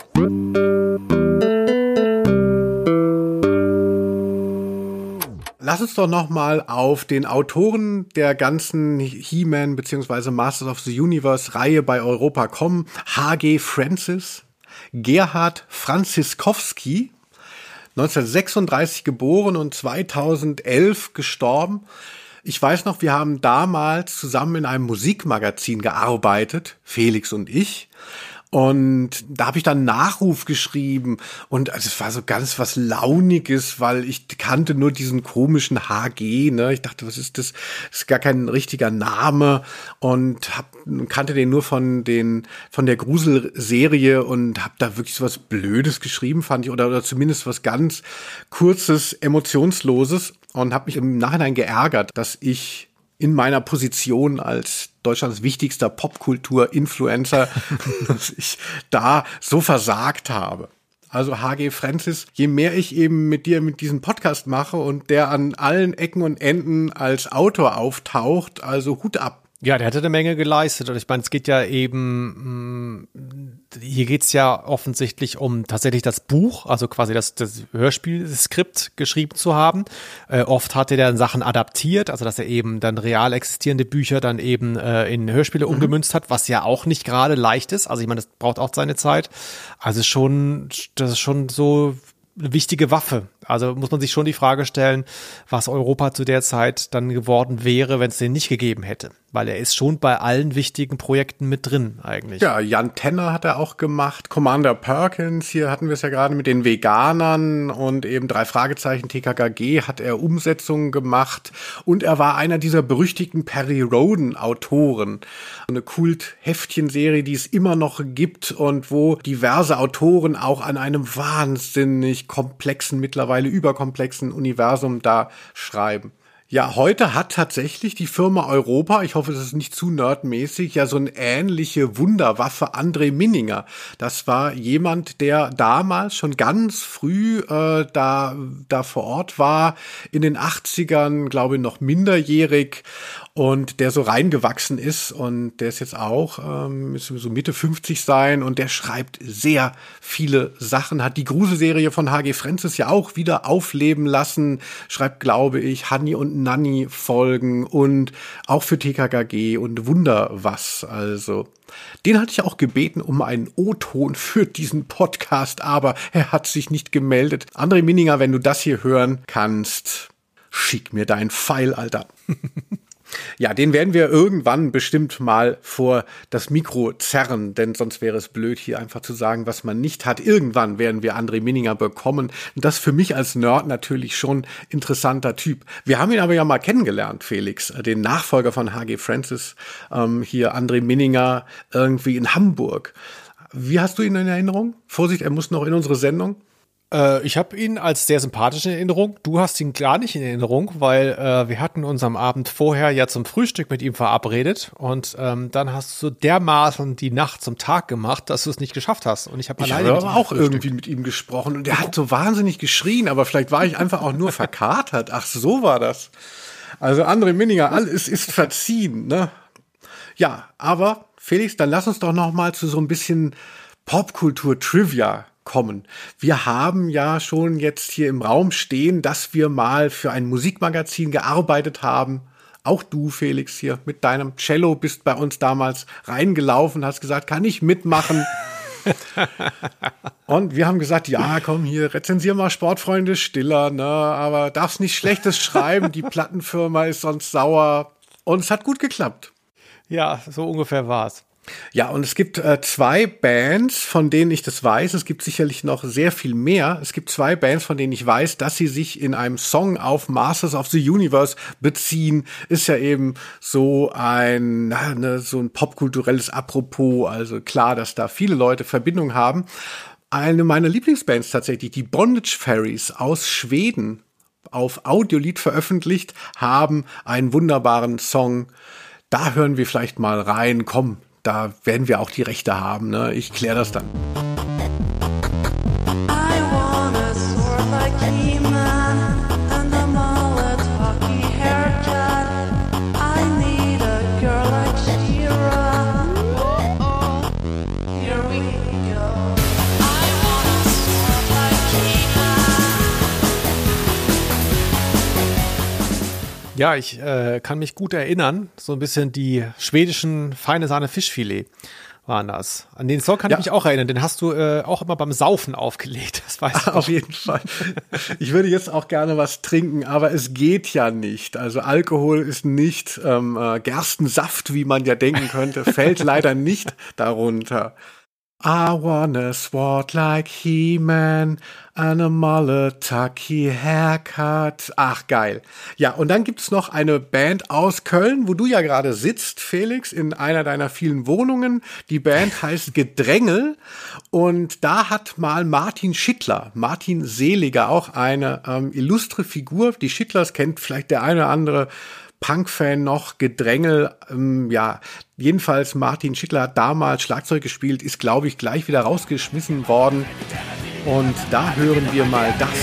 Lass uns doch noch mal auf den Autoren der ganzen He-Man bzw. Masters of the Universe Reihe bei Europa kommen. H G Francis, Gerhard Franziskowski, neunzehnhundertsechsunddreißig geboren und zweitausendelf gestorben. Ich weiß noch, wir haben damals zusammen in einem Musikmagazin gearbeitet, Felix und ich. Und da habe ich dann Nachruf geschrieben und also es war so ganz was Launiges, weil ich kannte nur diesen komischen H G, ne? Ich dachte, was ist das? Das ist gar kein richtiger Name und hab, kannte den nur von den von der Gruselserie und habe da wirklich so was Blödes geschrieben, fand ich, oder, oder zumindest was ganz Kurzes, Emotionsloses und habe mich im Nachhinein geärgert, dass ich in meiner Position als Deutschlands wichtigster Popkultur-Influencer, dass ich da so versagt habe. Also H G Francis, je mehr ich eben mit dir mit diesem Podcast mache und der an allen Ecken und Enden als Autor auftaucht, also Hut ab. Ja, der hatte eine Menge geleistet und ich meine, es geht ja eben, hier geht's ja offensichtlich um tatsächlich das Buch, also quasi das, das Hörspielskript geschrieben zu haben. Äh, oft hat er dann Sachen adaptiert, also dass er eben dann real existierende Bücher dann eben äh, in Hörspiele mhm. umgemünzt hat, was ja auch nicht gerade leicht ist. Also ich meine, das braucht auch seine Zeit. Also schon, das ist schon so eine wichtige Waffe. Also muss man sich schon die Frage stellen, was Europa zu der Zeit dann geworden wäre, wenn es den nicht gegeben hätte. Weil er ist schon bei allen wichtigen Projekten mit drin eigentlich. Ja, Jan Tenner hat er auch gemacht, Commander Perkins, hier hatten wir es ja gerade mit den Veganern und eben drei Fragezeichen T K K G hat er Umsetzungen gemacht und er war einer dieser berüchtigten Perry Rhodan Autoren. Eine Kult-Heftchenserie, die es immer noch gibt und wo diverse Autoren auch an einem wahnsinnig komplexen, mittlerweile überkomplexen Universum da schreiben. Ja, heute hat tatsächlich die Firma Europa, ich hoffe, es ist nicht zu nerdmäßig, ja so eine ähnliche Wunderwaffe, André Minninger. Das war jemand, der damals schon ganz früh äh, da da vor Ort war, in den achtzigern, glaube ich, noch minderjährig und der so reingewachsen ist und der ist jetzt auch, ähm, ist so Mitte fünfzig sein und der schreibt sehr viele Sachen, hat die Gruselserie von H G Francis ja auch wieder aufleben lassen, schreibt, glaube ich, Hanni und Nanni Folgen und auch für T K K G und Wunder was, also. Den hatte ich auch gebeten um einen O-Ton für diesen Podcast, aber er hat sich nicht gemeldet. André Minninger, wenn du das hier hören kannst, schick mir deinen Pfeil, Alter. Ja, den werden wir irgendwann bestimmt mal vor das Mikro zerren, denn sonst wäre es blöd, hier einfach zu sagen, was man nicht hat. Irgendwann werden wir André Minninger bekommen. Und das für mich als Nerd natürlich schon interessanter Typ. Wir haben ihn aber ja mal kennengelernt, Felix, den Nachfolger von H G Francis, ähm, hier André Minninger, irgendwie in Hamburg. Wie hast du ihn in Erinnerung? Vorsicht, er muss noch in unsere Sendung. Ich habe ihn als sehr sympathisch in Erinnerung. Du hast ihn gar nicht in Erinnerung, weil äh, wir hatten uns am Abend vorher ja zum Frühstück mit ihm verabredet und ähm, dann hast du dermaßen die Nacht zum Tag gemacht, dass du es nicht geschafft hast. Und ich habe alleine Ich habe aber auch irgendwie mit ihm gesprochen und er hat so wahnsinnig geschrien, aber vielleicht war ich einfach auch nur verkatert. Ach, so war das. Also André Minninger, alles ist verziehen, ne? Ja, aber Felix, dann lass uns doch noch mal zu so ein bisschen Popkultur-Trivia kommen. Wir haben ja schon jetzt hier im Raum stehen, dass wir mal für ein Musikmagazin gearbeitet haben. Auch du, Felix, hier mit deinem Cello bist bei uns damals reingelaufen, hast gesagt, kann ich mitmachen? Und wir haben gesagt, ja, komm hier, rezensier mal Sportfreunde Stiller, ne, aber darfst nicht Schlechtes schreiben, die Plattenfirma ist sonst sauer. Und es hat gut geklappt. Ja, so ungefähr war's. Ja, und es gibt äh, zwei Bands, von denen ich das weiß. Es gibt sicherlich noch sehr viel mehr. Es gibt zwei Bands, von denen ich weiß, dass sie sich in einem Song auf Masters of the Universe beziehen. Ist ja eben so ein, na, ne, so ein popkulturelles Apropos. Also klar, dass da viele Leute Verbindung haben. Eine meiner Lieblingsbands tatsächlich, die Bondage Fairies aus Schweden, auf Audiolied veröffentlicht, haben einen wunderbaren Song. Da hören wir vielleicht mal rein. Komm, da werden wir auch die Rechte haben, ne? Ich kläre das dann. Ja, ich äh, kann mich gut erinnern, so ein bisschen die schwedischen feine Sahne Fischfilet waren das. An den Song kann ja. ich mich auch erinnern, den hast du äh, auch immer beim Saufen aufgelegt, das weiß ich. Auf jeden Fall. Ich würde jetzt auch gerne was trinken, aber es geht ja nicht. Also Alkohol ist nicht ähm, äh, Gerstensaft, wie man ja denken könnte, fällt leider nicht darunter. I wanna sword like He-Man and a Mullatucky haircut. Ach, geil. Ja, und dann gibt's noch eine Band aus Köln, wo du ja gerade sitzt, Felix, in einer deiner vielen Wohnungen. Die Band heißt Gedrängel und da hat mal Martin Schittler, Martin Seliger, auch eine ähm, illustre Figur. Die Schittlers kennt vielleicht der eine oder andere Punk-Fan noch, Gedrängel, ähm, ja, jedenfalls Martin Schittler hat damals Schlagzeug gespielt, ist, glaube ich, gleich wieder rausgeschmissen worden. Und da hören wir mal das.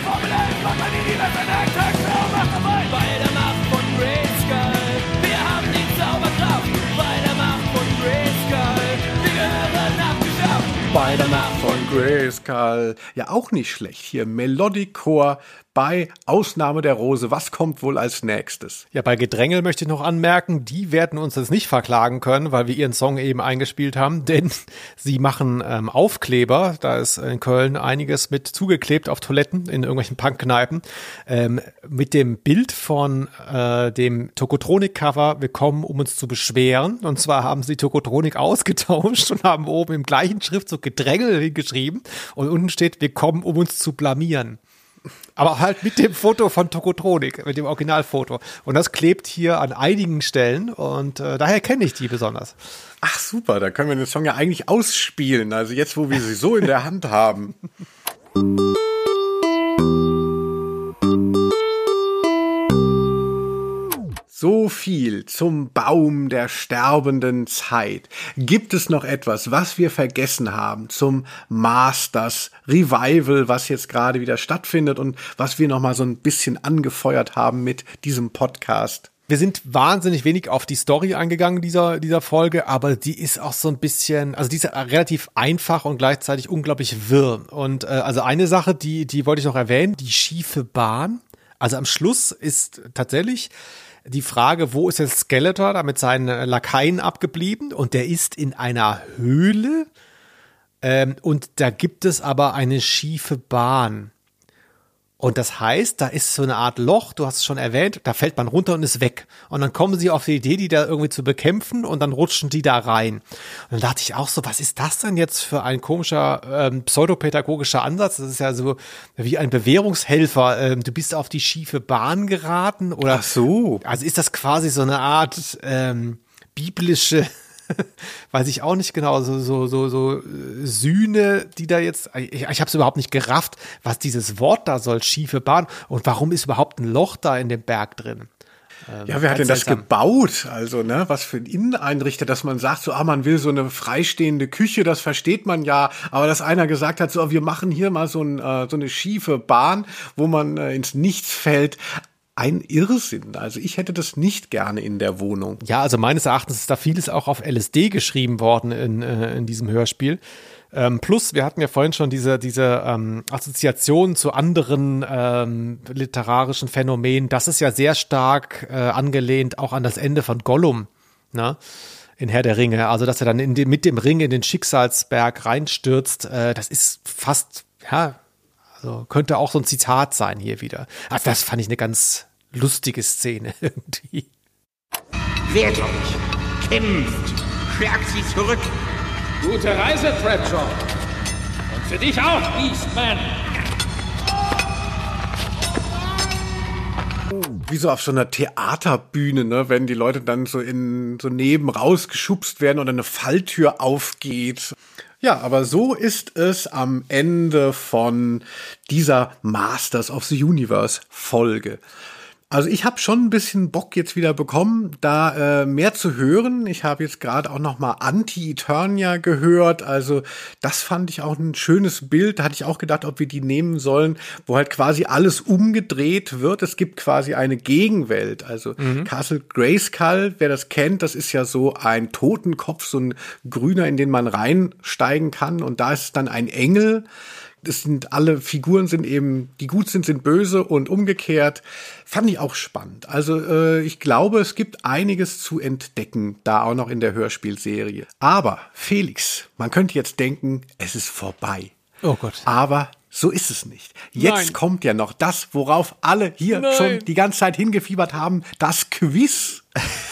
Bei der Macht von Grayskull. Ja, auch nicht schlecht. Hier Melodic-Chor bei Ausnahme der Rose. Was kommt wohl als nächstes? Ja, bei Gedrängel möchte ich noch anmerken, die werden uns jetzt nicht verklagen können, weil wir ihren Song eben eingespielt haben, denn sie machen ähm, Aufkleber. Da ist in Köln einiges mit zugeklebt auf Toiletten in irgendwelchen Punkkneipen ähm, mit dem Bild von äh, dem Tokotronik-Cover Wir kommen, um uns zu beschweren. Und zwar haben sie Tokotronik ausgetauscht und haben oben im gleichen Schriftzug Gedrängel hingeschrieben und unten steht Wir kommen, um uns zu blamieren. Aber halt mit dem Foto von Tokotronik, mit dem Originalfoto. Und das klebt hier an einigen Stellen und äh, daher kenne ich die besonders. Ach super, da können wir den Song ja eigentlich ausspielen. Also jetzt, wo wir sie so in der Hand haben. So viel zum Baum der sterbenden Zeit. Gibt es noch etwas, was wir vergessen haben zum Masters Revival, was jetzt gerade wieder stattfindet und was wir noch mal so ein bisschen angefeuert haben mit diesem Podcast? Wir sind wahnsinnig wenig auf die Story eingegangen dieser dieser Folge, aber die ist auch so ein bisschen, also die ist relativ einfach und gleichzeitig unglaublich wirr. Und äh, also eine Sache, die die wollte ich noch erwähnen, die schiefe Bahn. Also am Schluss ist tatsächlich die Frage, wo ist jetzt Skeletor da mit seinen Lakaien abgeblieben? Und der ist in einer Höhle ähm, und da gibt es aber eine schiefe Bahn. Und das heißt, da ist so eine Art Loch, du hast es schon erwähnt, da fällt man runter und ist weg. Und dann kommen sie auf die Idee, die da irgendwie zu bekämpfen und dann rutschen die da rein. Und dann dachte ich auch so, was ist das denn jetzt für ein komischer ähm, pseudopädagogischer Ansatz? Das ist ja so wie ein Bewährungshelfer. Ähm, du bist auf die schiefe Bahn geraten oder? Ach so. Also ist das quasi so eine Art ähm, biblische weiß ich auch nicht genau, so so so so Sühne, die da jetzt, ich, ich habe es überhaupt nicht gerafft, was dieses Wort da soll, schiefe Bahn und warum ist überhaupt ein Loch da in dem Berg drin? Ähm, ja, wer hat denn das gebaut? Also, ne, was für ein Inneneinrichter, dass man sagt, so, ah, man will so eine freistehende Küche, das versteht man ja, aber dass einer gesagt hat, so, wir machen hier mal so, ein, äh, so eine schiefe Bahn, wo man äh, ins Nichts fällt. Ein Irrsinn. Also ich hätte das nicht gerne in der Wohnung. Ja, also meines Erachtens ist da vieles auch auf L S D geschrieben worden in, äh, in diesem Hörspiel. Ähm, plus, wir hatten ja vorhin schon diese, diese ähm, Assoziation zu anderen ähm, literarischen Phänomenen. Das ist ja sehr stark äh, angelehnt auch an das Ende von Gollum, ne? In Herr der Ringe. Also, dass er dann in den, mit dem Ring in den Schicksalsberg reinstürzt, äh, das ist fast, ja, also könnte auch so ein Zitat sein hier wieder. Also das fand ich eine ganz lustige Szene irgendwie. Wehrt euch, kämpft, Sperrt sie zurück. Gute Reise, Trapjaw. Und für dich auch, Beastman. Wie so auf so einer Theaterbühne, ne, wenn die Leute dann so in so neben rausgeschubst werden oder eine Falltür aufgeht. Ja, aber so ist es am Ende von dieser Masters of the Universe Folge. Also ich habe schon ein bisschen Bock jetzt wieder bekommen, da äh, mehr zu hören. Ich habe jetzt gerade auch noch mal Anti-Eternia gehört. Also das fand ich auch ein schönes Bild. Da hatte ich auch gedacht, ob wir die nehmen sollen, wo halt quasi alles umgedreht wird. Es gibt quasi eine Gegenwelt. Also mhm. Castle Grayskull, wer das kennt, das ist ja so ein Totenkopf, so ein grüner, in den man reinsteigen kann. Und da ist dann ein Engel. Es sind alle Figuren sind eben, die gut sind, sind böse und umgekehrt. Fand ich auch spannend. Also äh, ich glaube, es gibt einiges zu entdecken, da auch noch in der Hörspielserie. Aber Felix, man könnte jetzt denken, es ist vorbei. Oh Gott. Aber so ist es nicht. Jetzt Nein. kommt ja noch das, worauf alle hier Nein. schon die ganze Zeit hingefiebert haben, das Quiz.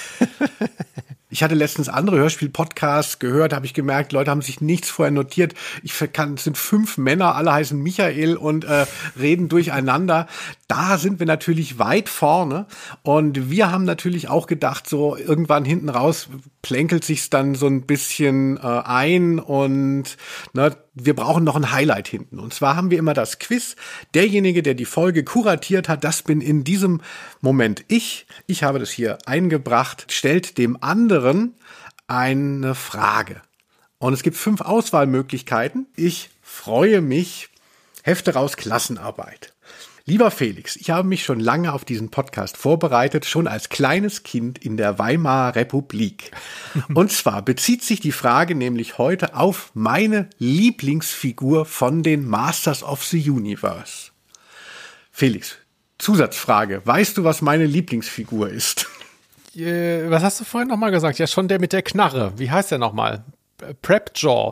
Ich hatte letztens andere Hörspiel-Podcasts gehört, habe ich gemerkt, Leute haben sich nichts vorher notiert. Ich kann, es sind fünf Männer, alle heißen Michael und äh, reden durcheinander. Da sind wir natürlich weit vorne. Und wir haben natürlich auch gedacht, so irgendwann hinten raus plänkelt sich's dann so ein bisschen äh, ein und ne, wir brauchen noch ein Highlight hinten. Und zwar haben wir immer das Quiz. Derjenige, der die Folge kuratiert hat, das bin in diesem Moment ich. Ich habe das hier eingebracht, stellt dem anderen eine Frage. Und es gibt fünf Auswahlmöglichkeiten. Ich freue mich. Hefte raus, Klassenarbeit. Lieber Felix, ich habe mich schon lange auf diesen Podcast vorbereitet, schon als kleines Kind in der Weimarer Republik. Und zwar bezieht sich die Frage nämlich heute auf meine Lieblingsfigur von den Masters of the Universe. Felix, Zusatzfrage. Weißt du, was meine Lieblingsfigur ist? Äh, was hast du vorhin nochmal gesagt? Ja, schon der mit der Knarre. Wie heißt der nochmal? Trapjaw.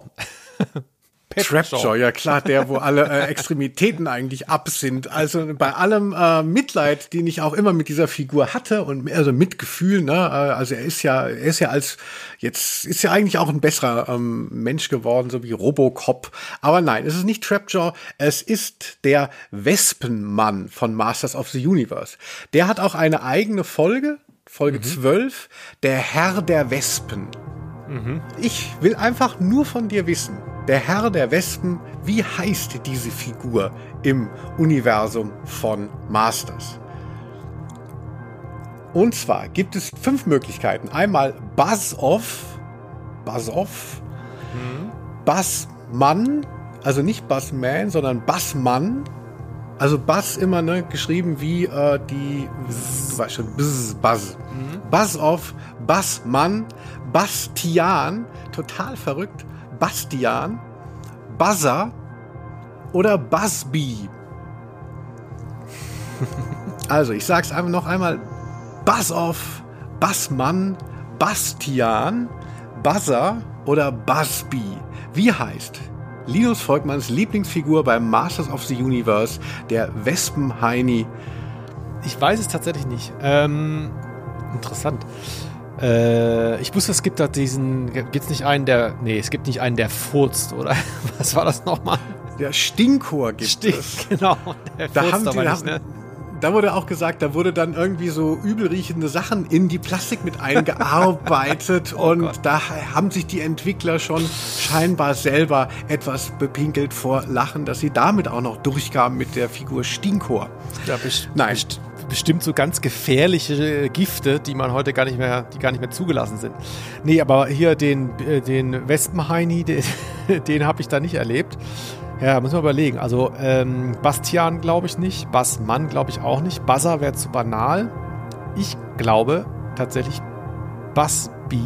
Trapjaw, ja klar, der, wo alle äh, Extremitäten eigentlich ab sind. Also bei allem äh, Mitleid, den ich auch immer mit dieser Figur hatte und also Mitgefühl, ne, äh, also er ist ja, er ist ja als jetzt ist ja eigentlich auch ein besserer ähm, Mensch geworden, so wie Robocop. Aber nein, es ist nicht Trapjaw, es ist der Wespenmann von Masters of the Universe. Der hat auch eine eigene Folge, Folge mhm. zwölf, der Herr der Wespen. Mhm. Ich will einfach nur von dir wissen, der Herr der Wespen, wie heißt diese Figur im Universum von Masters? Und zwar gibt es fünf Möglichkeiten. Einmal Buzz-Off, Buzz-Off, mhm. Buzzman, also nicht Buzzman, sondern Buzzman. Also Buzz immer ne, geschrieben wie äh, die, du weißt schon, Buzz, Buzz. Mhm. Buzz-Off, Buzzman, Bastian, total verrückt. Bastian, Buzzer oder Buzzbee. Also, ich sag's einfach noch einmal. Buzz-Off, Buzzmann, Bastian, Buzzer oder Buzzbee. Wie heißt Linus Volkmanns Lieblingsfigur beim Masters of the Universe, der Wespenheini? Ich weiß es tatsächlich nicht. Ähm, interessant. Äh, ich wusste, es gibt da diesen, gibt's nicht einen, der, nee, es gibt nicht einen, der furzt, oder? Was war das nochmal? Der Stinkor gibt Stink, es. Genau. Der da, haben die, nicht, ne? da wurde auch gesagt, da wurde dann irgendwie so übelriechende Sachen in die Plastik mit eingearbeitet oh und Gott. Da haben sich die Entwickler schon scheinbar selber etwas bepinkelt vor Lachen, dass sie damit auch noch durchkamen mit der Figur Stinkor. Ja, best- Nein. Best- bestimmt so ganz gefährliche Gifte, die man heute gar nicht mehr, die gar nicht mehr zugelassen sind. Nee, aber hier den, den Wespenheini, den, den habe ich da nicht erlebt. Ja, muss man überlegen. Also ähm, Bastian glaube ich nicht, Bassmann glaube ich auch nicht, Buzzer wäre zu banal. Ich glaube tatsächlich Buzzbee.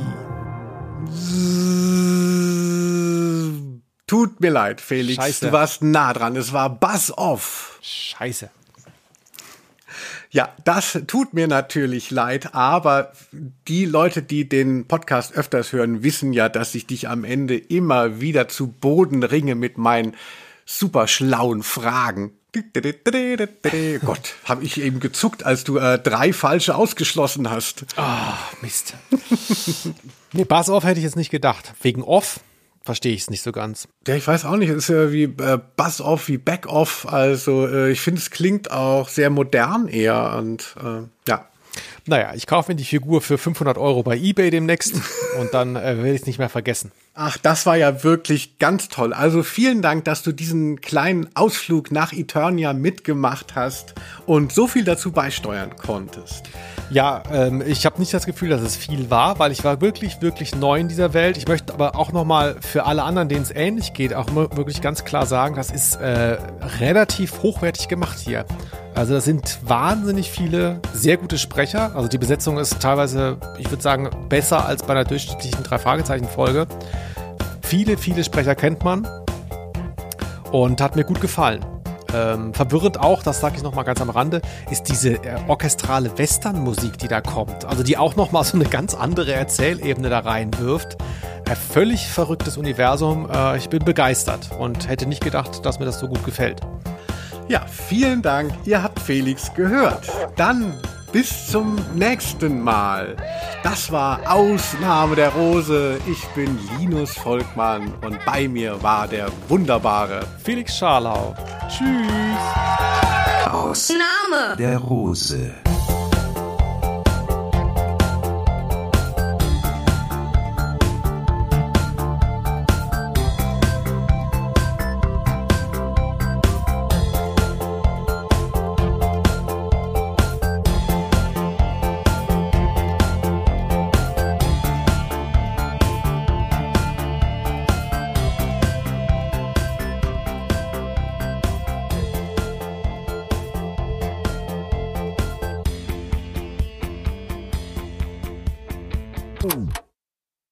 Tut mir leid, Felix. Scheiße. Du warst nah dran. Es war Buzz-Off. Scheiße. Ja, das tut mir natürlich leid, aber die Leute, die den Podcast öfters hören, wissen ja, dass ich dich am Ende immer wieder zu Boden ringe mit meinen super schlauen Fragen. Gott, habe ich eben gezuckt, als du äh, drei falsche ausgeschlossen hast. Ah, oh, Mist. Nee, Buzz Off hätte ich jetzt nicht gedacht. Wegen Off verstehe ich es nicht so ganz. Ja, ich weiß auch nicht. Es ist ja wie äh, Buzz Off, wie Back Off. Also äh, ich finde, es klingt auch sehr modern eher und äh, ja. Naja, ich kaufe mir die Figur für fünfhundert Euro bei eBay demnächst und dann äh, werde ich es nicht mehr vergessen. Ach, das war ja wirklich ganz toll. Also vielen Dank, dass du diesen kleinen Ausflug nach Eternia mitgemacht hast und so viel dazu beisteuern konntest. Ja, ähm, ich habe nicht das Gefühl, dass es viel war, weil ich war wirklich, wirklich neu in dieser Welt. Ich möchte aber auch nochmal für alle anderen, denen es ähnlich geht, auch wirklich ganz klar sagen, das ist äh, relativ hochwertig gemacht hier. Also das sind wahnsinnig viele sehr gute Sprecher. Also die Besetzung ist teilweise, ich würde sagen, besser als bei einer durchschnittlichen Drei-Fragezeichen-Folge. Viele, viele Sprecher kennt man und hat mir gut gefallen. Ähm, verwirrend auch, das sage ich nochmal ganz am Rande, ist diese äh, orchestrale Western-Musik, die da kommt. Also die auch nochmal so eine ganz andere Erzählebene da reinwirft. Ein völlig verrücktes Universum. Äh, ich bin begeistert und hätte nicht gedacht, dass mir das so gut gefällt. Ja, vielen Dank. Ihr habt Felix gehört. Dann bis zum nächsten Mal. Das war Ausnahme der Rose. Ich bin Linus Volkmann und bei mir war der wunderbare Felix Scharlau. Tschüss. Ausnahme der Rose. Boom.